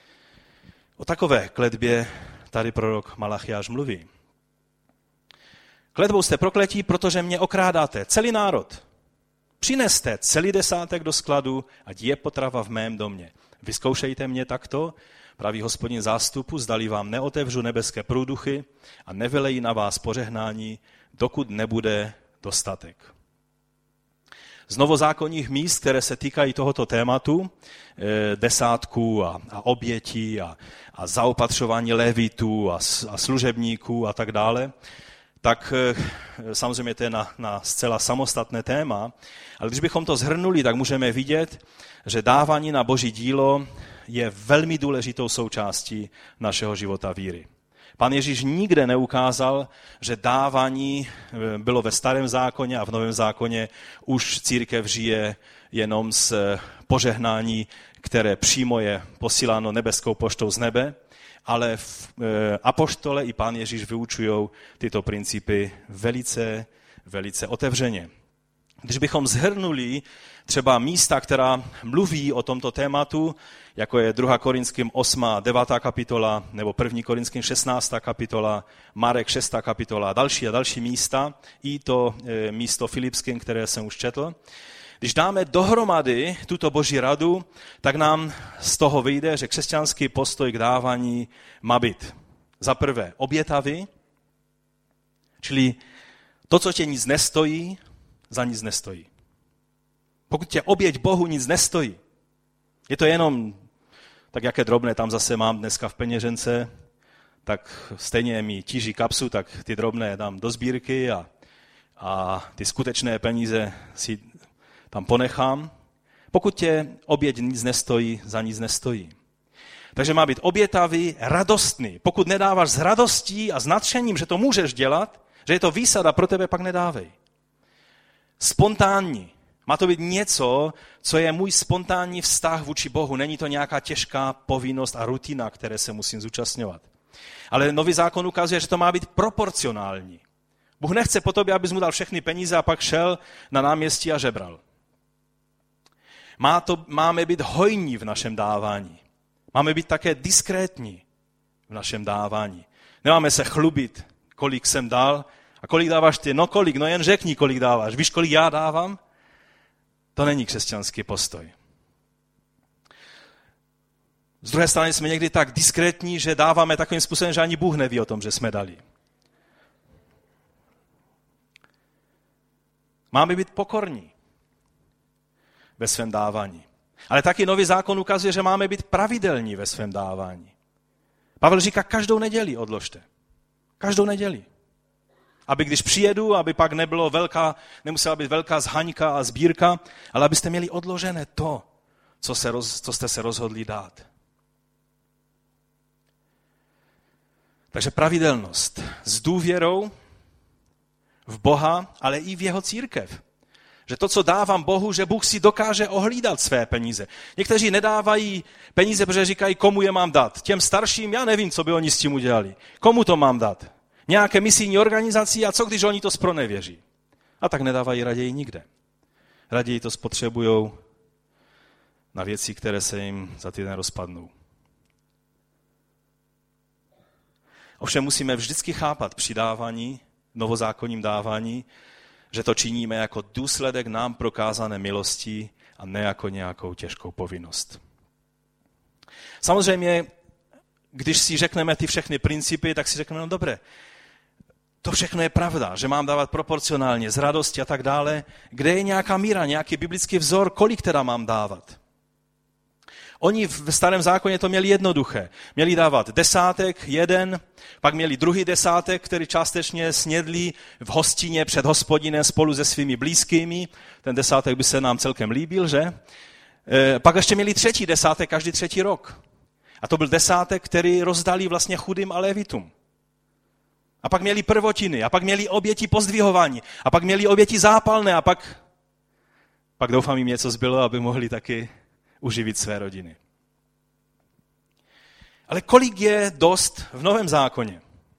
O takové kletbě tady prorok Malachiáš mluví. Kletbou jste prokletí, protože mě okrádáte, celý národ. Přineste celý desátek do skladu, ať je potrava v mém domě. Vyzkoušejte mě takto, praví Hospodin zástupu, zdali vám neotevřu nebeské průduchy a nevylejí na vás požehnání, dokud nebude dostatek. Z novozákonních míst, které se týkají tohoto tématu, desátku a, a obětí a, a zaopatřování levitů a, a služebníků a tak dále, tak samozřejmě to je na, na zcela samostatné téma, ale když bychom to shrnuli, tak můžeme vidět, že dávání na Boží dílo je velmi důležitou součástí našeho života víry. Pan Ježíš nikde neukázal, že dávání bylo ve starém zákoně a v novém zákoně už církev žije jenom z požehnání, které přímo je posíláno nebeskou poštou z nebe, ale v apoštole i Pán Ježíš vyučují tyto principy velice, velice otevřeně. Když bychom shrnuli třeba místa, která mluví o tomto tématu, jako je druhá Korinským osmá, devátá kapitola, nebo první Korinským šestnáctá kapitola, Marek šestá kapitola a další a další místa, i to e, místo Filipským, které jsem už četl. Když dáme dohromady tuto Boží radu, tak nám z toho vyjde, že křesťanský postoj k dávání má být za prvé obětavý, čili to, co tě nic nestojí, za nic nestojí. Pokud tě oběť Bohu nic nestojí, je to jenom, tak jaké drobné tam zase mám dneska v peněžence, tak stejně mi tíží kapsu, tak ty drobné dám do sbírky a, a ty skutečné peníze si tam ponechám. Pokud tě oběť nic nestojí, za nic nestojí. Takže má být obětavý, radostný. Pokud nedáváš s radostí a s nadšením, že to můžeš dělat, že je to výsada pro tebe, pak nedávej. Spontánní. Má to být něco, co je můj spontánní vztah vůči Bohu. Není to nějaká těžká povinnost a rutina, které se musím zúčastňovat. Ale nový zákon ukazuje, že to má být proporcionální. Bůh nechce po tobě, abys mu dal všechny peníze a pak šel na náměstí a žebral. Má to, máme být hojní v našem dávání. Máme být také diskrétní v našem dávání. Nemáme se chlubit, kolik jsem dal. A kolik dáváš ty? No kolik? No jen řekni, kolik dáváš. Víš, kolik já dávám? To není křesťanský postoj. Z druhé strany jsme někdy tak diskrétní, že dáváme takovým způsobem, že ani Bůh neví o tom, že jsme dali. Máme být pokorní ve svém dávání. Ale taky nový zákon ukazuje, že máme být pravidelní ve svém dávání. Pavel říká, každou neděli odložte. Každou neděli. Aby když přijedu, aby pak nebylo velká, nemusela být velká zhaňka a sbírka, ale abyste měli odložené to, co, se roz, co jste se rozhodli dát. Takže pravidelnost s důvěrou v Boha, ale i v jeho církev. Že to, co dávám Bohu, že Bůh si dokáže ohlídat své peníze. Někteří nedávají peníze, protože říkají, komu je mám dát. Těm starším, já nevím, co by oni s tím udělali. Komu to mám dát? Nějaké misijní organizaci a co, když oni to zpronevěří? A tak nedávají raději nikde. Raději to spotřebují na věci, které se jim za týden rozpadnou. Ovšem musíme vždycky chápat při dávání, novozákonním dávání, že to činíme jako důsledek nám prokázané milosti a ne jako nějakou těžkou povinnost. Samozřejmě, když si řekneme ty všechny principy, tak si řekneme, no dobré, to všechno je pravda, že mám dávat proporcionálně, z radosti a tak dále. Kde je nějaká míra, nějaký biblický vzor, kolik teda mám dávat? Oni v starém zákoně to měli jednoduché. Měli dávat desátek, jeden, pak měli druhý desátek, který částečně snědli v hostině před Hospodinem spolu se svými blízkými. Ten desátek by se nám celkem líbil, že? E, pak ještě měli třetí desátek každý třetí rok. A to byl desátek, který rozdali vlastně chudým a levitům. A pak měli prvotiny, a pak měli oběti pozdvihování, a pak měli oběti zápalné, a pak, pak doufám jim něco zbylo, aby mohli taky uživit své rodiny. Ale kolik je dost v Novém zákoně?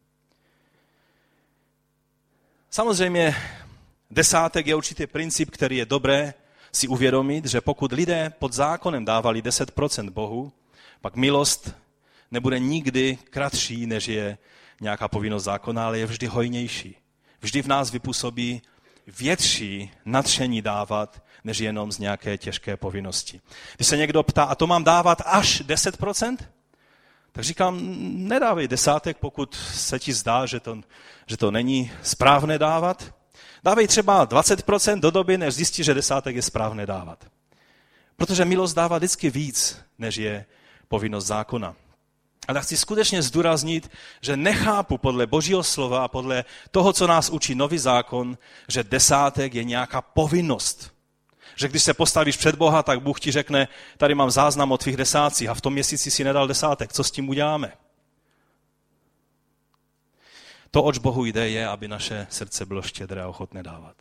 Samozřejmě desátek je určitý princip, který je dobré si uvědomit, že pokud lidé pod zákonem dávali deset procent Bohu, pak milost nebude nikdy kratší, než je nějaká povinnost zákona, ale je vždy hojnější. Vždy v nás vypůsobí větší nadšení dávat, než jenom z nějaké těžké povinnosti. Když se někdo ptá, a to mám dávat až deset procent? Tak říkám, nedávej desátek, pokud se ti zdá, že to, že to není správné dávat. Dávej třeba dvacet procent do doby, než zjistí, že desátek je správné dávat. Protože milost dává vždycky víc, než je povinnost zákona. Ale chci skutečně zdůraznit, že nechápu podle Božího slova a podle toho, co nás učí nový zákon, že desátek je nějaká povinnost. Že když se postavíš před Boha, tak Bůh ti řekne, tady mám záznam o tvých desátcích a v tom měsíci si nedal desátek, co s tím uděláme? To, oč Bohu jde, je, aby naše srdce bylo štědré a ochotné dávat.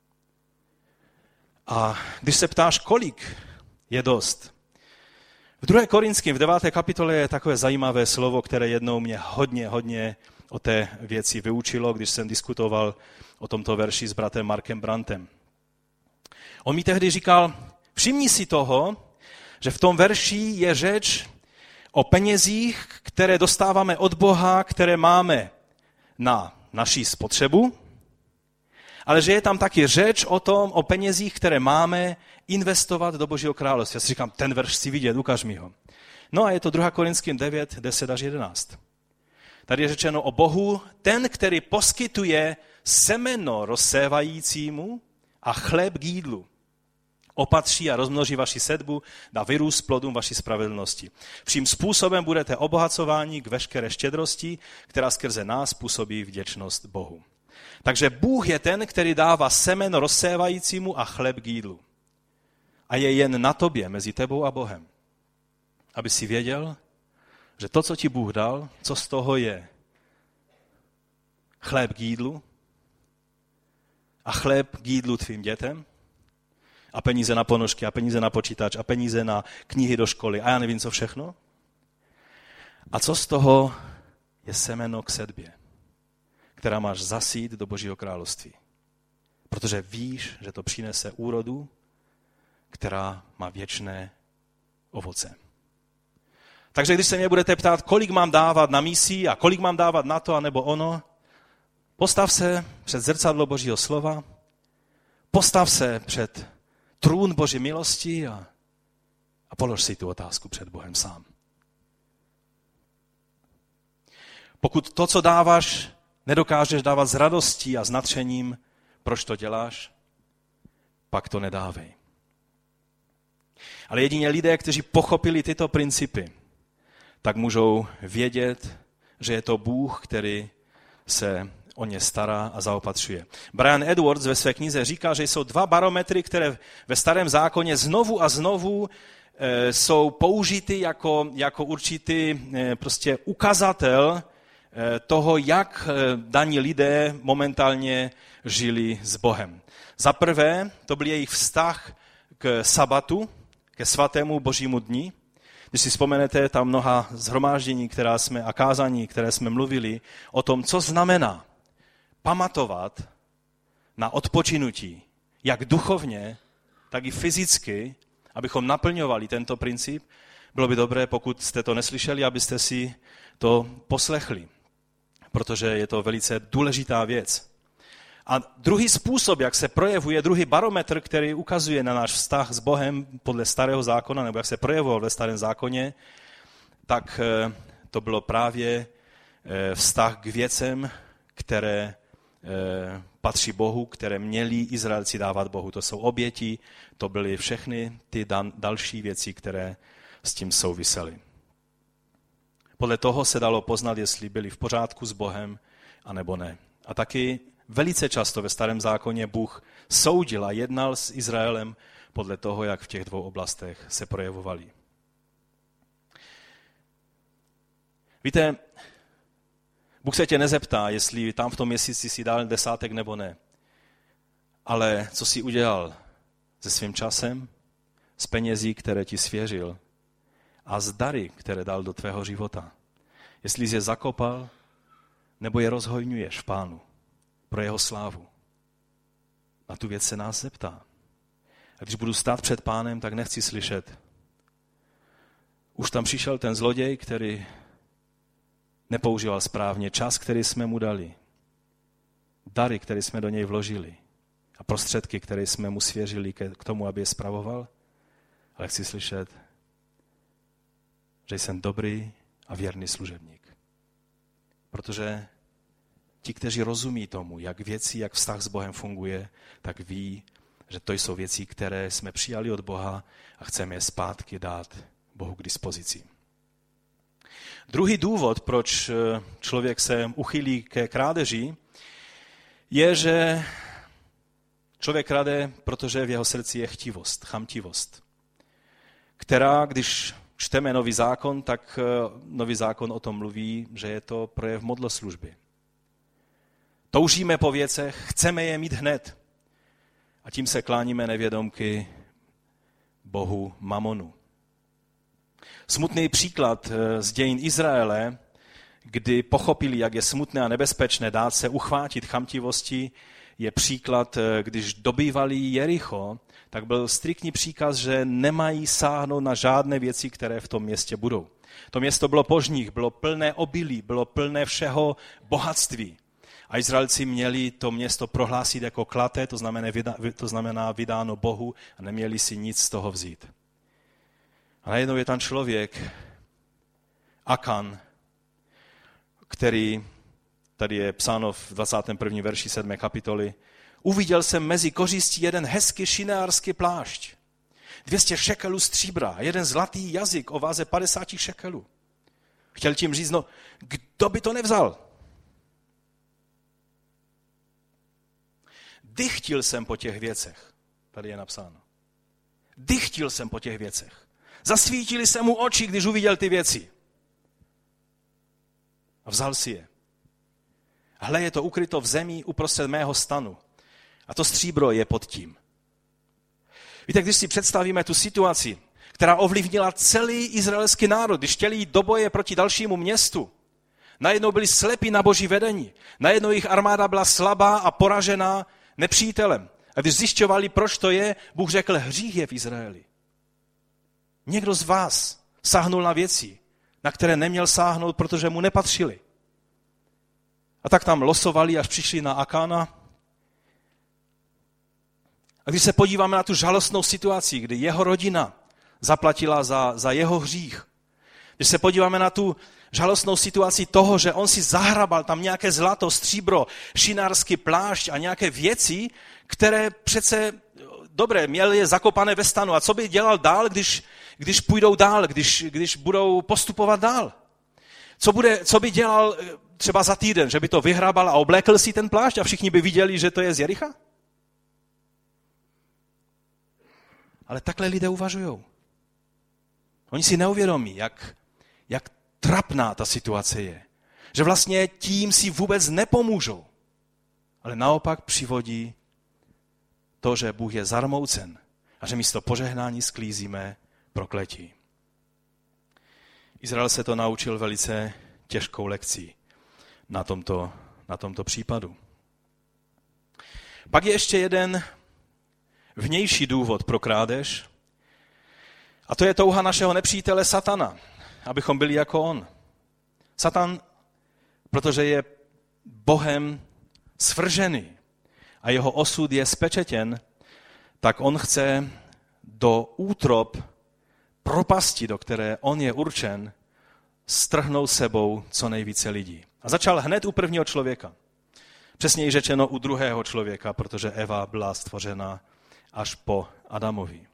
A když se ptáš, kolik je dost, v druhé Korinským, v deváté kapitole je takové zajímavé slovo, které jednou mě hodně, hodně o té věci vyučilo, když jsem diskutoval o tomto verši s bratrem Markem Brantem. On mi tehdy říkal, všimni si toho, že v tom verši je řeč o penězích, které dostáváme od Boha, které máme na naši spotřebu, ale že je tam taky řeč o tom, o penězích, které máme investovat do Božího království. Já si říkám, ten verš si vidět, ukaž mi ho. No a je to druhá Korinským devět, deset až jedenáct. Tady je řečeno o Bohu, ten, který poskytuje semeno rozsévajícímu a chléb k jídlu. Opatří a rozmnoží vaši sedbu, dá vyrůst plodům vaší spravedlnosti. Vším způsobem budete obohacováni k veškeré štědrosti, která skrze nás působí vděčnost Bohu. Takže Bůh je ten, který dává semeno rozsévajícímu a chléb k jídlu. A je jen na tobě, mezi tebou a Bohem, aby si věděl, že to, co ti Bůh dal, co z toho je chléb k jídlu a chléb k jídlu tvým dětem a peníze na ponožky a peníze na počítač a peníze na knihy do školy a já nevím, co všechno. A co z toho je semeno k sedbě, která máš zasít do Božího království. Protože víš, že to přinese úrodu, která má věčné ovoce. Takže když se mě budete ptát, kolik mám dávat na misi a kolik mám dávat na to, anebo ono, postav se před zrcadlo Božího slova, postav se před trůn Boží milosti a, a polož si tu otázku před Bohem sám. Pokud to, co dáváš, nedokážeš dávat s radostí a s nadšením, proč to děláš, pak to nedávej. Ale jedině lidé, kteří pochopili tyto principy, tak můžou vědět, že je to Bůh, který se o ně stará a zaopatřuje. Brian Edwards ve své knize říká, že jsou dva barometry, které ve Starém zákoně znovu a znovu e, jsou použity jako, jako určitý e, prostě ukazatel e, toho, jak e, daní lidé momentálně žili s Bohem. Za prvé, to byl jejich vztah k sabatu, ke svatému božímu dni. Když si vzpomenete, tam mnoha shromáždění, která jsme, a kázání, které jsme mluvili o tom, co znamená pamatovat na odpočinutí, jak duchovně, tak i fyzicky, abychom naplňovali tento princip, bylo by dobré, pokud jste to neslyšeli, abyste si to poslechli, protože je to velice důležitá věc. A druhý způsob, jak se projevuje, druhý barometr, který ukazuje na náš vztah s Bohem podle Starého zákona, nebo jak se projevoval ve Starém zákoně, tak to bylo právě vztah k věcem, které patří Bohu, které měli Izraelci dávat Bohu. To jsou oběti, to byly všechny ty další věci, které s tím souvisely. Podle toho se dalo poznat, jestli byli v pořádku s Bohem, anebo ne. A taky velice často ve Starém zákoně Bůh soudil a jednal s Izraelem podle toho, jak v těch dvou oblastech se projevovali. Víte, Bůh se tě nezeptá, jestli tam v tom měsíci si dal desátek nebo ne, ale co jsi udělal se svým časem, s penězí, které ti svěřil a s dary, které dal do tvého života. Jestli jsi je zakopal, nebo je rozhojňuješ v Pánu pro jeho slávu. Na tu věc se nás zeptá. A když budu stát před Pánem, tak nechci slyšet. Už tam přišel ten zloděj, který nepoužíval správně čas, který jsme mu dali. Dary, které jsme do něj vložili. A prostředky, které jsme mu svěřili k tomu, aby je spravoval. Ale chci slyšet, že jsem dobrý a věrný služebník. Protože ti, kteří rozumí tomu, jak věci, jak vztah s Bohem funguje, tak ví, že to jsou věci, které jsme přijali od Boha a chceme je zpátky dát Bohu k dispozici. Druhý důvod, proč člověk se uchylí ke krádeži, je, že člověk krade, protože v jeho srdci je chtivost, chamtivost, která, když čteme Nový zákon, tak Nový zákon o tom mluví, že je to projev modloslužby. Toužíme po věcech, chceme je mít hned. A tím se kláníme nevědomky bohu Mamonu. Smutný příklad z dějin Izraele, kdy pochopili, jak je smutné a nebezpečné dát se uchvátit chamtivosti, je příklad, když dobývali Jericho, tak byl striktní příkaz, že nemají sáhnout na žádné věci, které v tom městě budou. To město bylo požních, bylo plné obilí, bylo plné všeho bohatství. A Izraelci měli to město prohlásit jako klaté, to znamená, to znamená vydáno Bohu a neměli si nic z toho vzít. A najednou je tam člověk, Akan, který, tady je psáno v dvacátém prvním verši sedmé kapitoly, uviděl jsem mezi kořistí jeden hezký šineářský plášť, dvě stě šekelů stříbra, jeden zlatý jazyk o váze padesát šekelů. Chtěl tím říct, no, kdo by to nevzal? Dychtil jsem po těch věcech, tady je napsáno. Dychtil jsem po těch věcech. Zasvítili se mu oči, když uviděl ty věci. A vzal si je. Hle, je to ukryto v zemi uprostřed mého stanu. A to stříbro je pod tím. Víte, když si představíme tu situaci, která ovlivnila celý izraelský národ, když chtěli jít do boje proti dalšímu městu, najednou byli slepí na boží vedení. Najednou jejich armáda byla slabá a poražená nepřítelem. A když zjišťovali, proč to je, Bůh řekl, hřích je v Izraeli. Někdo z vás sahnul na věci, na které neměl sáhnout, protože mu nepatřily. A tak tam losovali, až přišli na Akána. A když se podíváme na tu žalostnou situaci, kdy jeho rodina zaplatila za, za jeho hřích, když se podíváme na tu žalostnou situaci toho, že on si zahrabal tam nějaké zlato, stříbro, šinářský plášť a nějaké věci, které přece, dobré, měl je zakopané ve stanu. A co by dělal dál, když, když půjdou dál, když, když budou postupovat dál? Co, bude, co by dělal třeba za týden, že by to vyhrabal a oblékl si ten plášť a všichni by viděli, že to je z Jericha? Ale takhle lidé uvažujou. Oni si neuvědomí, jak, jak trapná ta situace je. Že vlastně tím si vůbec nepomůžou. Ale naopak přivodí to, že Bůh je zarmoucen a že místo požehnání sklízíme prokletí. Izrael se to naučil velice těžkou lekcí na tomto, na tomto případu. Pak je ještě jeden vnější důvod pro krádež, a to je touha našeho nepřítele Satana, abychom byli jako on. Satan, protože je Bohem svržený a jeho osud je spečetěn, tak on chce do útrop propasti, do které on je určen, strhnout sebou co nejvíce lidí. A začal hned u prvního člověka. Přesněji řečeno u druhého člověka, protože Eva byla stvořena až po Adamovi.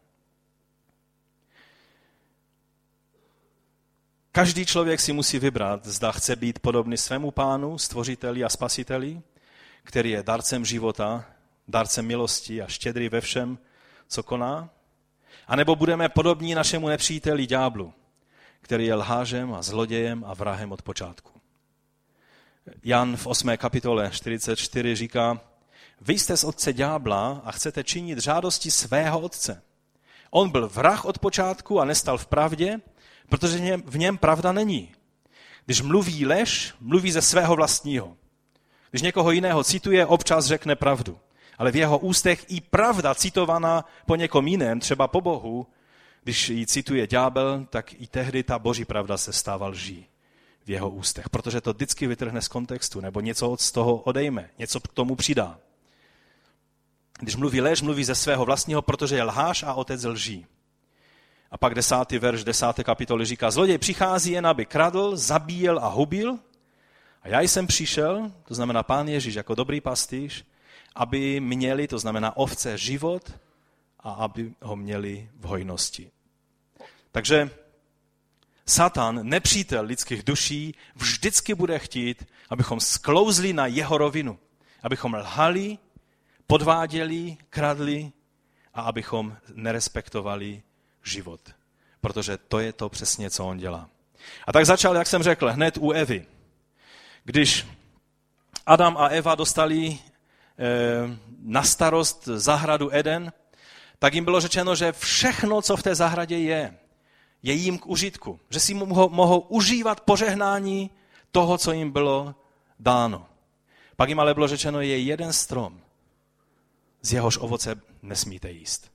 Každý člověk si musí vybrat, zda chce být podobný svému pánu, stvořiteli a spasiteli, který je darcem života, darcem milosti a štědrý ve všem, co koná, anebo budeme podobní našemu nepříteli ďáblu, který je lhářem a zlodějem a vrahem od počátku. Jan v osmé kapitole čtyřicet čtyři říká: Vy jste z otce ďábla a chcete činit žádosti svého otce. On byl vrah od počátku a nestal v pravdě, protože v něm pravda není. Když mluví lež, mluví ze svého vlastního. Když někoho jiného cituje, občas řekne pravdu. Ale v jeho ústech i pravda citovaná po někom jiném, třeba po Bohu, když ji cituje ďábel, tak i tehdy ta boží pravda se stává lží v jeho ústech, protože to vždycky vytrhne z kontextu, nebo něco z toho odejme, něco k tomu přidá. Když mluví lež, mluví ze svého vlastního, protože je lhář a otec lží. A pak desátý verš desáté kapitoly říká: Zloděj přichází jen, aby kradl, zabíjel a hubil. A já jsem přišel, to znamená Pán Ježíš jako dobrý pastýř, aby měli, to znamená ovce, život a aby ho měli v hojnosti. Takže Satan, nepřítel lidských duší, vždycky bude chtít, abychom sklouzli na jeho rovinu. Abychom lhali, podváděli, kradli a abychom nerespektovali život. Protože to je to přesně, co on dělá. A tak začal, jak jsem řekl, hned u Evy. Když Adam a Eva dostali na starost zahradu Eden, tak jim bylo řečeno, že všechno, co v té zahradě je, je jim k užitku. Že si mohou, mohou užívat požehnání toho, co jim bylo dáno. Pak jim ale bylo řečeno, je jeden strom, z jehož ovoce nesmíte jíst.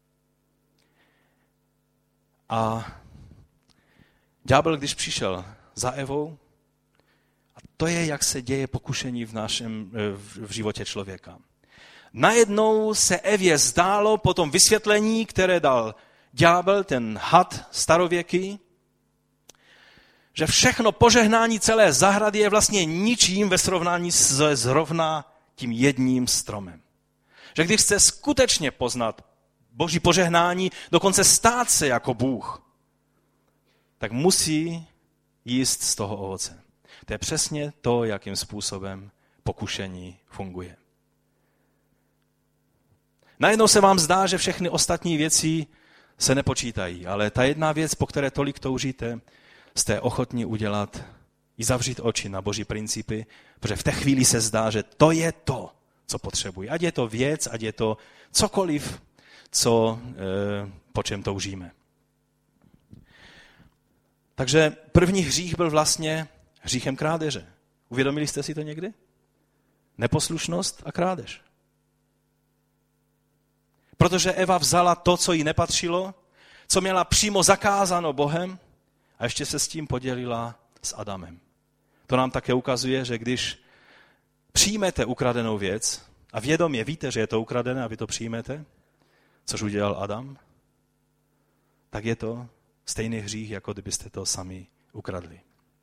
A ďábel, když přišel za Evou, a to je, jak se děje pokušení v našem v životě člověka. Najednou se Evě zdálo po tom vysvětlení, které dal ďábel, ten had starověký, že všechno požehnání celé zahrady je vlastně ničím ve srovnání se zrovna tím jedním stromem. Že když chce skutečně poznat boží požehnání, dokonce stát se jako Bůh, tak musí jíst z toho ovoce. To je přesně to, jakým způsobem pokušení funguje. Najednou se vám zdá, že všechny ostatní věci se nepočítají, ale ta jedna věc, po které tolik toužíte, jste ochotní udělat i zavřít oči na boží principy, protože v té chvíli se zdá, že to je to, co potřebují. Ať je to věc, ať je to cokoliv, co, po čem toužíme. Takže první hřích byl vlastně hříchem krádeže. Uvědomili jste si to někdy? Neposlušnost a krádež. Protože Eva vzala to, co jí nepatřilo, co měla přímo zakázáno Bohem, a ještě se s tím podělila s Adamem. To nám také ukazuje, že když přijmete ukradenou věc a vědomě víte, že je to ukradené a vy to přijmete, což udělal Adam, tak je to stejný hřích, jako kdybyste to sami ukradli.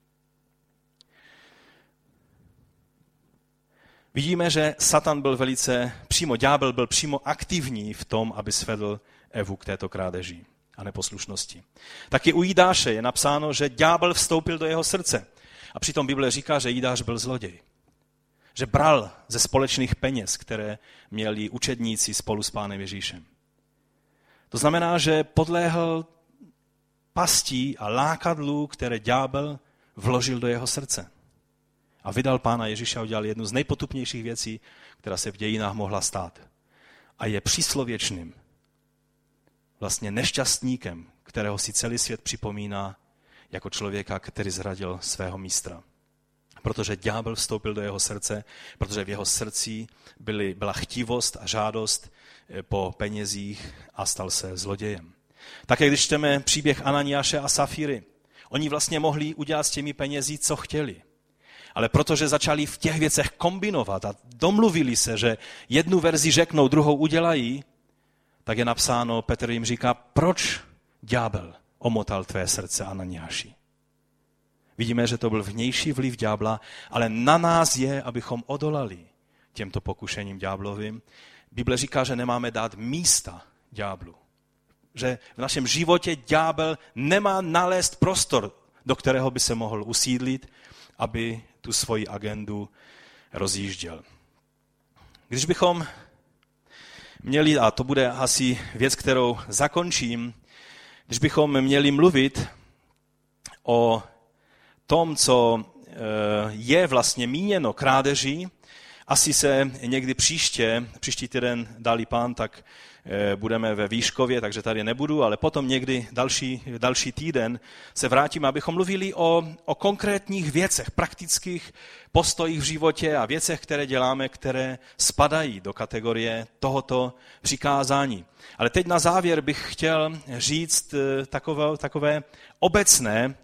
Vidíme, že Satan byl velice přímo, ďábel byl přímo aktivní v tom, aby svedl Evu k této krádeži a neposlušnosti. Taky u Jidáše je napsáno, že ďábel vstoupil do jeho srdce. A přitom Bible říká, že Jidáš byl zloděj. Že bral ze společných peněz, které měli učedníci spolu s Pánem Ježíšem. To znamená, že podléhl pastí a lákadlu, které ďábel vložil do jeho srdce. A vydal Pána Ježíše a udělal jednu z nejpotupnějších věcí, která se v dějinách mohla stát. A je příslověčným, vlastně nešťastníkem, kterého si celý svět připomíná jako člověka, který zradil svého mistra. Protože ďábel vstoupil do jeho srdce, protože v jeho srdci byly, byla chtivost a žádost po penězích a stal se zlodějem. Také když čteme příběh Ananiáše a Safíry, oni vlastně mohli udělat s těmi penězi, co chtěli. Ale protože začali v těch věcech kombinovat a domluvili se, že jednu verzi řeknou, druhou udělají, tak je napsáno, Petr jim říká, proč ďábel omotal tvé srdce, Ananiáši. Vidíme, že to byl vnější vliv ďábla, ale na nás je, abychom odolali těmto pokušením ďáblovým. Bible říká, že nemáme dát místa ďáblu. Že v našem životě ďábel nemá nalézt prostor, do kterého by se mohl usídlit, aby tu svoji agendu rozjížděl. Když bychom měli, a to bude asi věc, kterou zakončím, když bychom měli mluvit o tom, co je vlastně míněno krádeží, asi se někdy příště, příští týden dali Pán, tak budeme ve Výškově, takže tady nebudu, ale potom někdy další, další týden se vrátíme, abychom mluvili o, o konkrétních věcech, praktických postojích v životě a věcech, které děláme, které spadají do kategorie tohoto přikázání. Ale teď na závěr bych chtěl říct takové, takové obecné,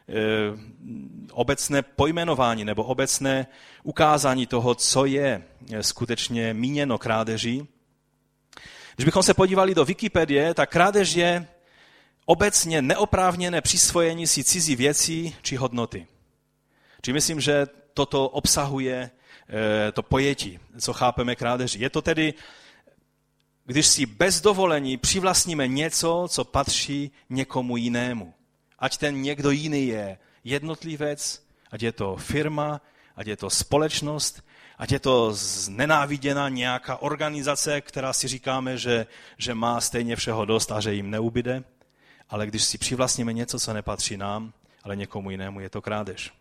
obecné pojmenování nebo obecné ukázání toho, co je skutečně míněno krádeží. Když bychom se podívali do Wikipedie, tak krádež je obecně neoprávněné přisvojení si cizí věcí či hodnoty. Či myslím, že toto obsahuje to pojetí, co chápeme krádeží. Je to tedy, když si bez dovolení přivlastníme něco, co patří někomu jinému. Ať ten někdo jiný je jednotlivec, ať je to firma, ať je to společnost, ať je to znenáviděná nějaká organizace, která si říkáme, že, že má stejně všeho dost a že jim neubyde. Ale když si přivlastníme něco, co nepatří nám, ale někomu jinému, je to krádež.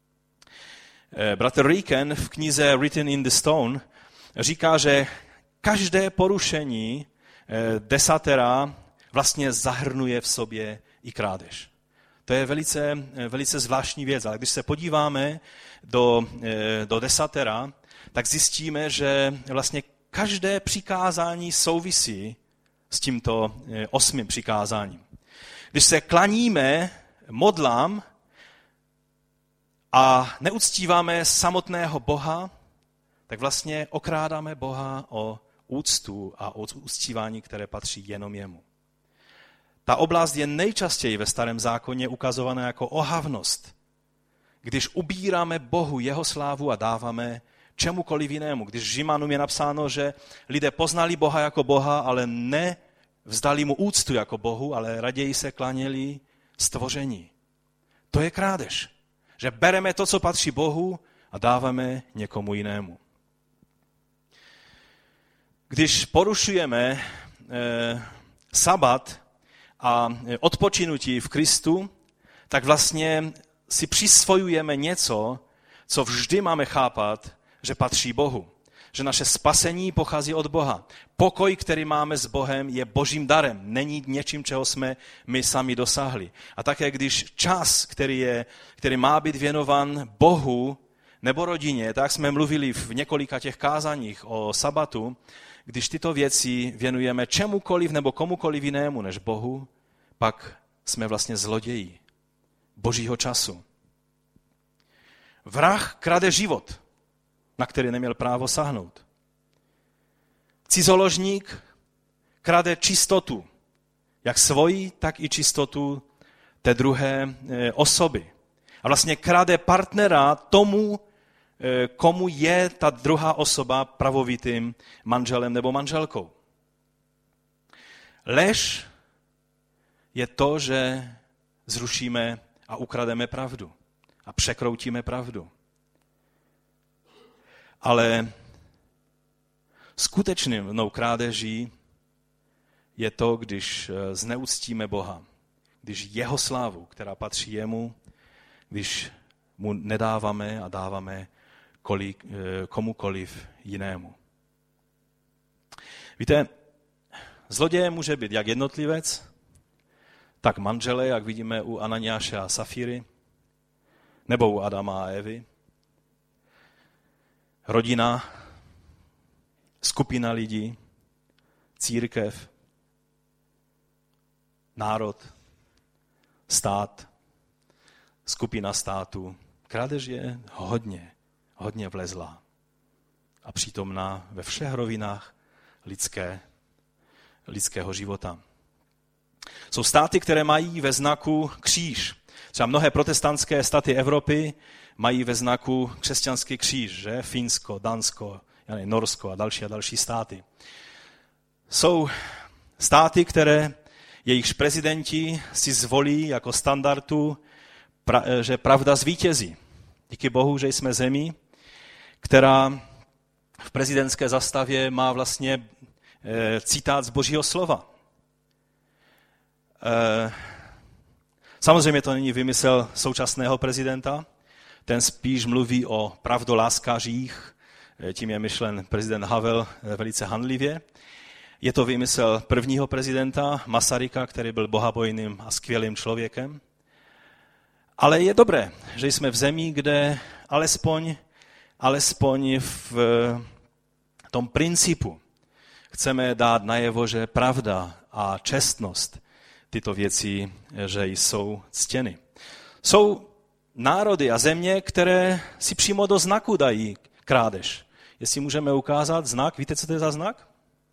Bratr Riken v knize Written in the Stone říká, že každé porušení desatera vlastně zahrnuje v sobě i krádež. To je velice, velice zvláštní věc, ale když se podíváme do, do desatera, tak zjistíme, že vlastně každé přikázání souvisí s tímto osmým přikázáním. Když se klaníme modlám a neuctíváme samotného Boha, tak vlastně okrádáme Boha o úctu a o uctívání, které patří jenom jemu. Ta oblast je nejčastěji ve Starém zákoně ukazovaná jako ohavnost, když ubíráme Bohu jeho slávu a dáváme čemukoliv jinému. Když Římanům je napsáno, že lidé poznali Boha jako Boha, ale ne vzdali mu úctu jako Bohu, ale raději se klaněli stvoření. To je krádež. Že bereme to, co patří Bohu a dáváme někomu jinému. Když porušujeme eh, sabat a odpočinutí v Kristu, tak vlastně si přisvojujeme něco, co vždy máme chápat, že patří Bohu. Že naše spasení pochází od Boha. Pokoj, který máme s Bohem, je božím darem. Není něčím, čeho jsme my sami dosáhli. A také když čas, který, je, který má být věnovan Bohu nebo rodině, tak jsme mluvili v několika těch kázaních o sabatu, když tyto věci věnujeme čemukoliv nebo komukoliv jinému než Bohu, pak jsme vlastně zloději. božího času. Vrah krade život, na který neměl právo sáhnout. Cizoložník krade čistotu, jak svoji, tak i čistotu té druhé osoby. A vlastně krade partnera tomu, komu je ta druhá osoba pravovitým manželem nebo manželkou. Lež je to, že zrušíme a ukrademe pravdu a překroutíme pravdu. Ale skutečnou krádeží je to, když zneuctíme Boha, když jeho slávu, která patří jemu, když mu nedáváme a dáváme kolik, komukoliv jinému. Víte, zlodějem může být jak jednotlivec, tak manžele, jak vidíme u Ananiáše a Safíry, nebo u Adama a Evy, rodina, skupina lidí, církev, národ, stát, skupina států. Krádež je hodně, hodně vlezlá a přítomná ve všech rovinách lidské, lidského života. Jsou státy, které mají ve znaku kříž. Třeba mnohé protestantské státy Evropy mají ve znaku křesťanský kříž, že? Finsko, Dánsko, Norsko a další a další státy. Jsou státy, které jejichž prezidenti si zvolí jako standardu, že pravda zvítězí. Díky Bohu, že jsme zemí, která v prezidentské zastavě má vlastně citát z Božího slova. Samozřejmě to není vymysl současného prezidenta, ten spíš mluví o pravdoláskařích, tím je myšlen prezident Havel velice hanlivě. Je to vymysl prvního prezidenta Masaryka, který byl bohabojným a skvělým člověkem. Ale je dobré, že jsme v zemi, kde alespoň, alespoň v tom principu chceme dát najevo, že pravda a čestnost tyto věci, že jsou ctěny. Jsou národy a země, které si přímo do znaku dají krádež. Jestli můžeme ukázat znak, víte, co to je za znak?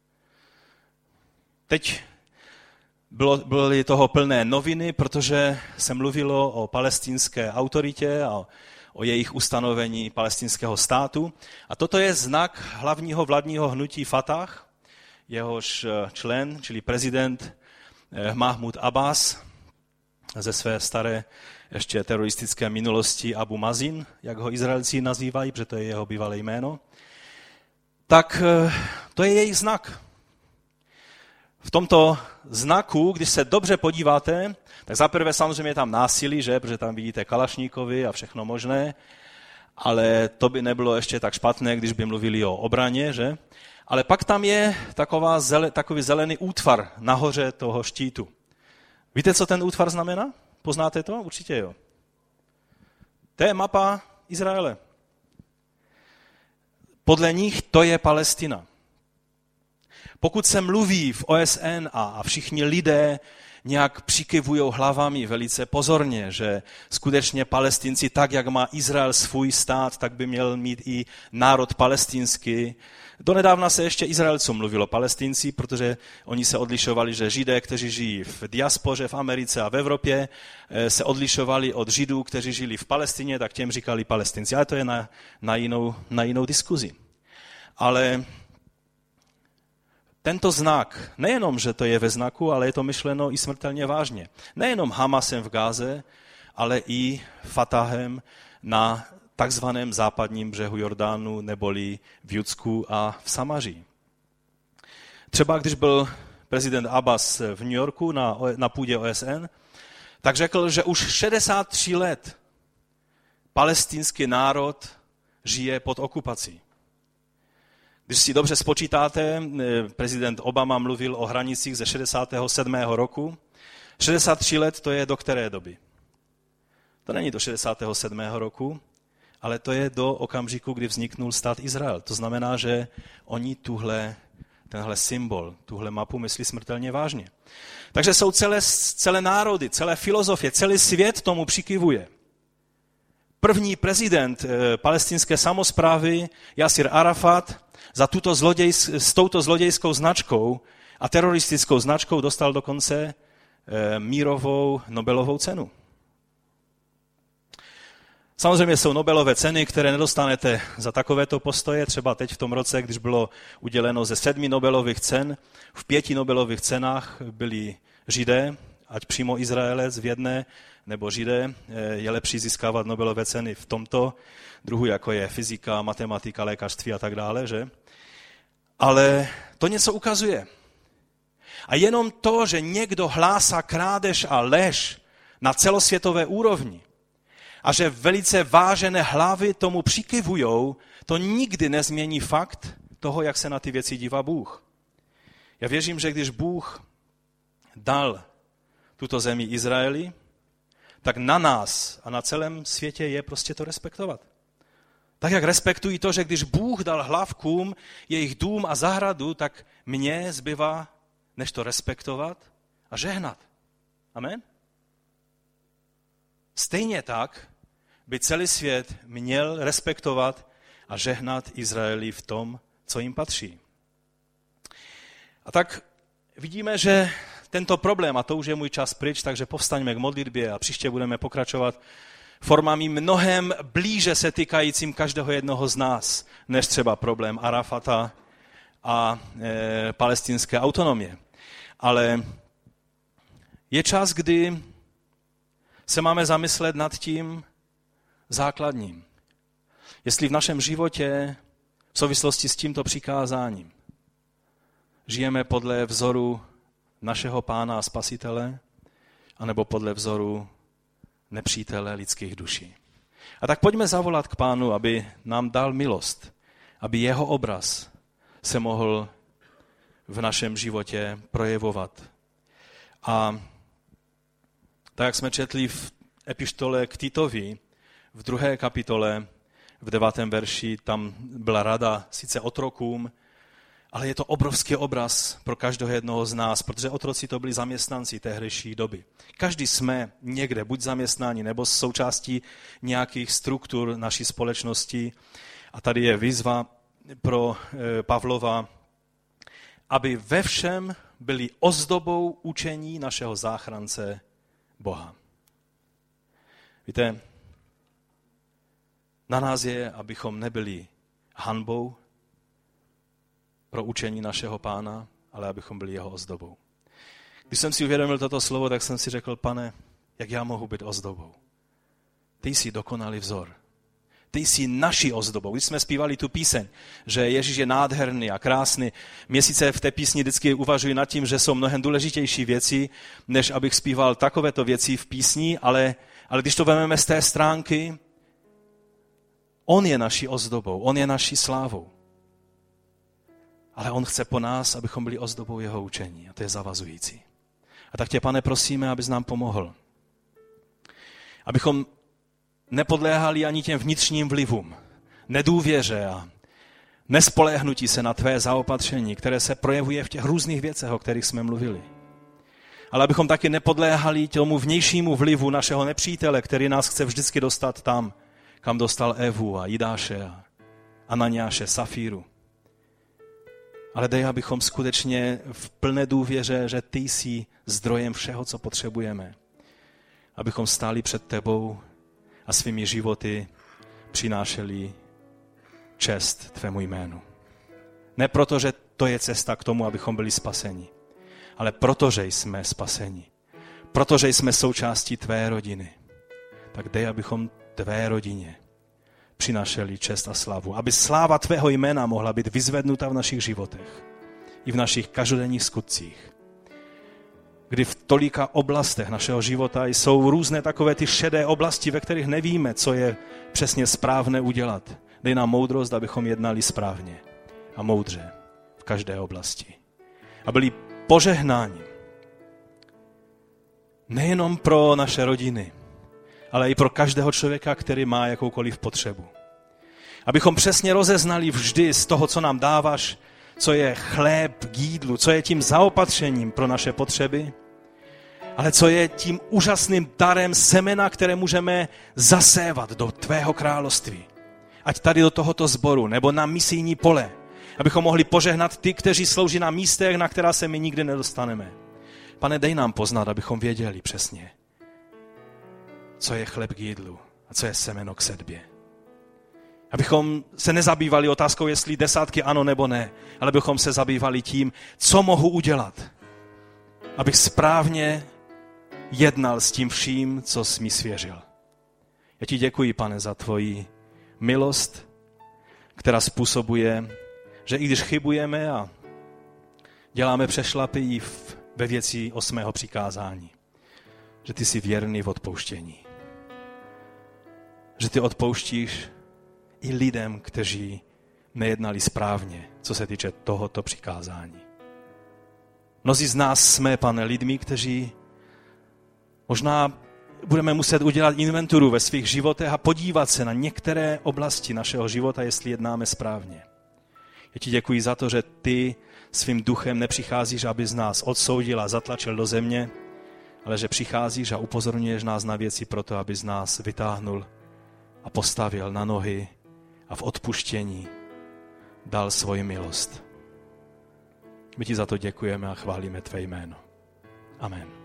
Teď bylo, byly toho plné noviny, protože se mluvilo o palestinské autoritě a o, o jejich ustanovení palestinského státu. A toto je znak hlavního vládního hnutí Fatah, jehož člen, čili prezident Mahmud Abbas, ze své staré ještě teroristické minulosti Abu Mazin, jak ho Izraelci nazývají, protože to je jeho bývalé jméno, tak to je jejich znak. V tomto znaku, když se dobře podíváte, tak zaprvé samozřejmě je tam násilí, že? Protože tam vidíte kalašníkovi a všechno možné, ale to by nebylo ještě tak špatné, když by mluvili o obraně, že? Ale pak tam je taková zele, takový zelený útvar nahoře toho štítu. Víte, co ten útvar znamená? Poznáte to? Určitě jo. To je mapa Izraele. Podle nich to je Palestina. Pokud se mluví v O S N a všichni lidé nějak přikyvují hlavami velice pozorně, že skutečně Palestinci, tak jak má Izrael svůj stát, tak by měl mít i národ palestinský. Donedávna se ještě Izraelcům mluvilo Palestinci, protože oni se odlišovali, že Židé, kteří žijí v diaspoře v Americe a v Evropě, se odlišovali od Židů, kteří žili v Palestině, tak těm říkali Palestinci. Ale to je na, na, jinou, na jinou diskuzi. Ale tento znak, nejenom, že to je ve znaku, ale je to myšleno i smrtelně vážně. Nejenom Hamasem v Gáze, ale i Fatahem na takzvaném západním břehu Jordánu, neboli v Judsku a v Samaří. Třeba když byl prezident Abbas v New Yorku na, na půdě O S N, tak řekl, že už šedesát tři let palestinský národ žije pod okupací. Když si dobře spočítáte, prezident Obama mluvil o hranicích ze šedesátého sedmého roku. šedesát tři let to je do které doby? To není do šedesátého sedmého roku, ale to je do okamžiku, kdy vzniknul stát Izrael. To znamená, že oni tuhle, tenhle symbol, tuhle mapu myslí smrtelně vážně. Takže jsou celé, celé národy, celé filozofie, celý svět tomu přikyvuje. První prezident e, palestinské samosprávy, Jasir Arafat, za tuto zloděj, s touto zlodějskou značkou a teroristickou značkou dostal dokonce e, mírovou Nobelovou cenu. Samozřejmě jsou Nobelové ceny, které nedostanete za takovéto postoje. Třeba teď v tom roce, když bylo uděleno ze sedmi Nobelových cen, v pěti Nobelových cenách byli Židé, ať přímo Izraelec v jedné, nebo Židé, je lepší získávat Nobelové ceny v tomto druhu, jako je fyzika, matematika, lékařství a tak dále, že? Ale to něco ukazuje. A jenom to, že někdo hlásá krádež a lež na celosvětové úrovni, a že velice vážené hlavy tomu přikyvujou, to nikdy nezmění fakt toho, jak se na ty věci dívá Bůh. Já věřím, že když Bůh dal tuto zemi Izraeli, tak na nás a na celém světě je prostě to respektovat. Tak jak respektují to, že když Bůh dal hlavkům jejich dům a zahradu, tak mně zbývá, než to respektovat a žehnat. Amen? Stejně tak by celý svět měl respektovat a žehnat Izraeli v tom, co jim patří. A tak vidíme, že tento problém, a to už je můj čas pryč, takže povstaňme k modlitbě a příště budeme pokračovat formami mnohem blíže se týkajícím každého jednoho z nás, než třeba problém Arafata a e, palestinské autonomie. Ale je čas, kdy se máme zamyslet nad tím základním. Jestli v našem životě v souvislosti s tímto přikázáním žijeme podle vzoru našeho Pána a Spasitele, anebo podle vzoru nepřítele lidských duší. A tak pojďme zavolat k Pánu, aby nám dal milost, aby jeho obraz se mohl v našem životě projevovat. A tak, jak jsme četli v epištole k Titovi, v druhé kapitole, v devátém verši, tam byla rada sice otrokům, ale je to obrovský obraz pro každého jednoho z nás, protože otroci to byli zaměstnanci tehdejší doby. Každý jsme někde, buď zaměstnáni, nebo součástí nějakých struktur naší společnosti. A tady je výzva pro Pavlova, aby ve všem byli ozdobou učení našeho záchrance Boha. Víte, na nás je, abychom nebyli hanbou pro učení našeho Pána, ale abychom byli jeho ozdobou. Když jsem si uvědomil toto slovo, tak jsem si řekl, Pane, jak já mohu být ozdobou? Ty jsi dokonalý vzor. Ty jsi naší ozdobou. Když jsme zpívali tu píseň, že Ježíš je nádherný a krásný, měsíce v té písni vždycky uvažuji nad tím, že jsou mnohem důležitější věci, než abych zpíval takovéto věci v písni, ale, ale když to vezmeme z té stránky, on je naší ozdobou, on je naší slávou. Ale on chce po nás, abychom byli ozdobou jeho učení. A to je zavazující. A tak tě, Pane, prosíme, abys nám pomohl. Abychom nepodléhali ani těm vnitřním vlivům, nedůvěře a nespoléhnutí se na tvé zaopatření, které se projevuje v těch různých věcech, o kterých jsme mluvili. Ale abychom taky nepodléhali tomu vnějšímu vlivu našeho nepřítele, který nás chce vždycky dostat tam, kam dostal Evu a Jidáše a Ananiáše, Safíru. Ale dej, abychom skutečně v plné důvěře, že ty jsi zdrojem všeho, co potřebujeme. Abychom stáli před tebou a svými životy přinášeli čest tvému jménu. Ne proto, že to je cesta k tomu, abychom byli spaseni, ale protože jsme spaseni. Protože jsme součástí tvé rodiny. Tak dej, abychom tvé rodině přinášeli čest a slavu. Aby sláva tvého jména mohla být vyzvednuta v našich životech i v našich každodenních skutcích. Kdy v tolika oblastech našeho života jsou různé takové ty šedé oblasti, ve kterých nevíme, co je přesně správné udělat. Dej nám moudrost, abychom jednali správně a moudře v každé oblasti. A byli požehnáni nejenom pro naše rodiny, ale i pro každého člověka, který má jakoukoliv potřebu. Abychom přesně rozeznali vždy z toho, co nám dáváš, co je chléb k jídlu, co je tím zaopatřením pro naše potřeby, ale co je tím úžasným darem semena, které můžeme zasévat do tvého království. Ať tady do tohoto sboru, nebo na misijní pole, abychom mohli požehnat ty, kteří slouží na místech, na která se my nikdy nedostaneme. Pane, dej nám poznat, abychom věděli přesně, co je chléb k jídlu a co je semeno k sedbě. Abychom se nezabývali otázkou, jestli desátky ano nebo ne, ale abychom se zabývali tím, co mohu udělat, abych správně jednal s tím vším, co jsi mi svěřil. Já ti děkuji, Pane, za tvoji milost, která způsobuje, že i když chybujeme a děláme přešlapy i ve věci osmého přikázání, že ty jsi věrný v odpouštění. Že ty odpouštíš i lidem, kteří nejednali správně, co se týče tohoto přikázání. Mnozí z nás jsme, Pane, lidmi, kteří možná budeme muset udělat inventuru ve svých životech a podívat se na některé oblasti našeho života, jestli jednáme správně. Já ti děkuji za to, že ty svým duchem nepřicházíš, aby z nás odsoudil a zatlačil do země, ale že přicházíš a upozorňuješ nás na věci proto, aby z nás vytáhnul a postavil na nohy a v odpuštění dal svoji milost. My ti za to děkujeme a chválíme tvé jméno. Amen.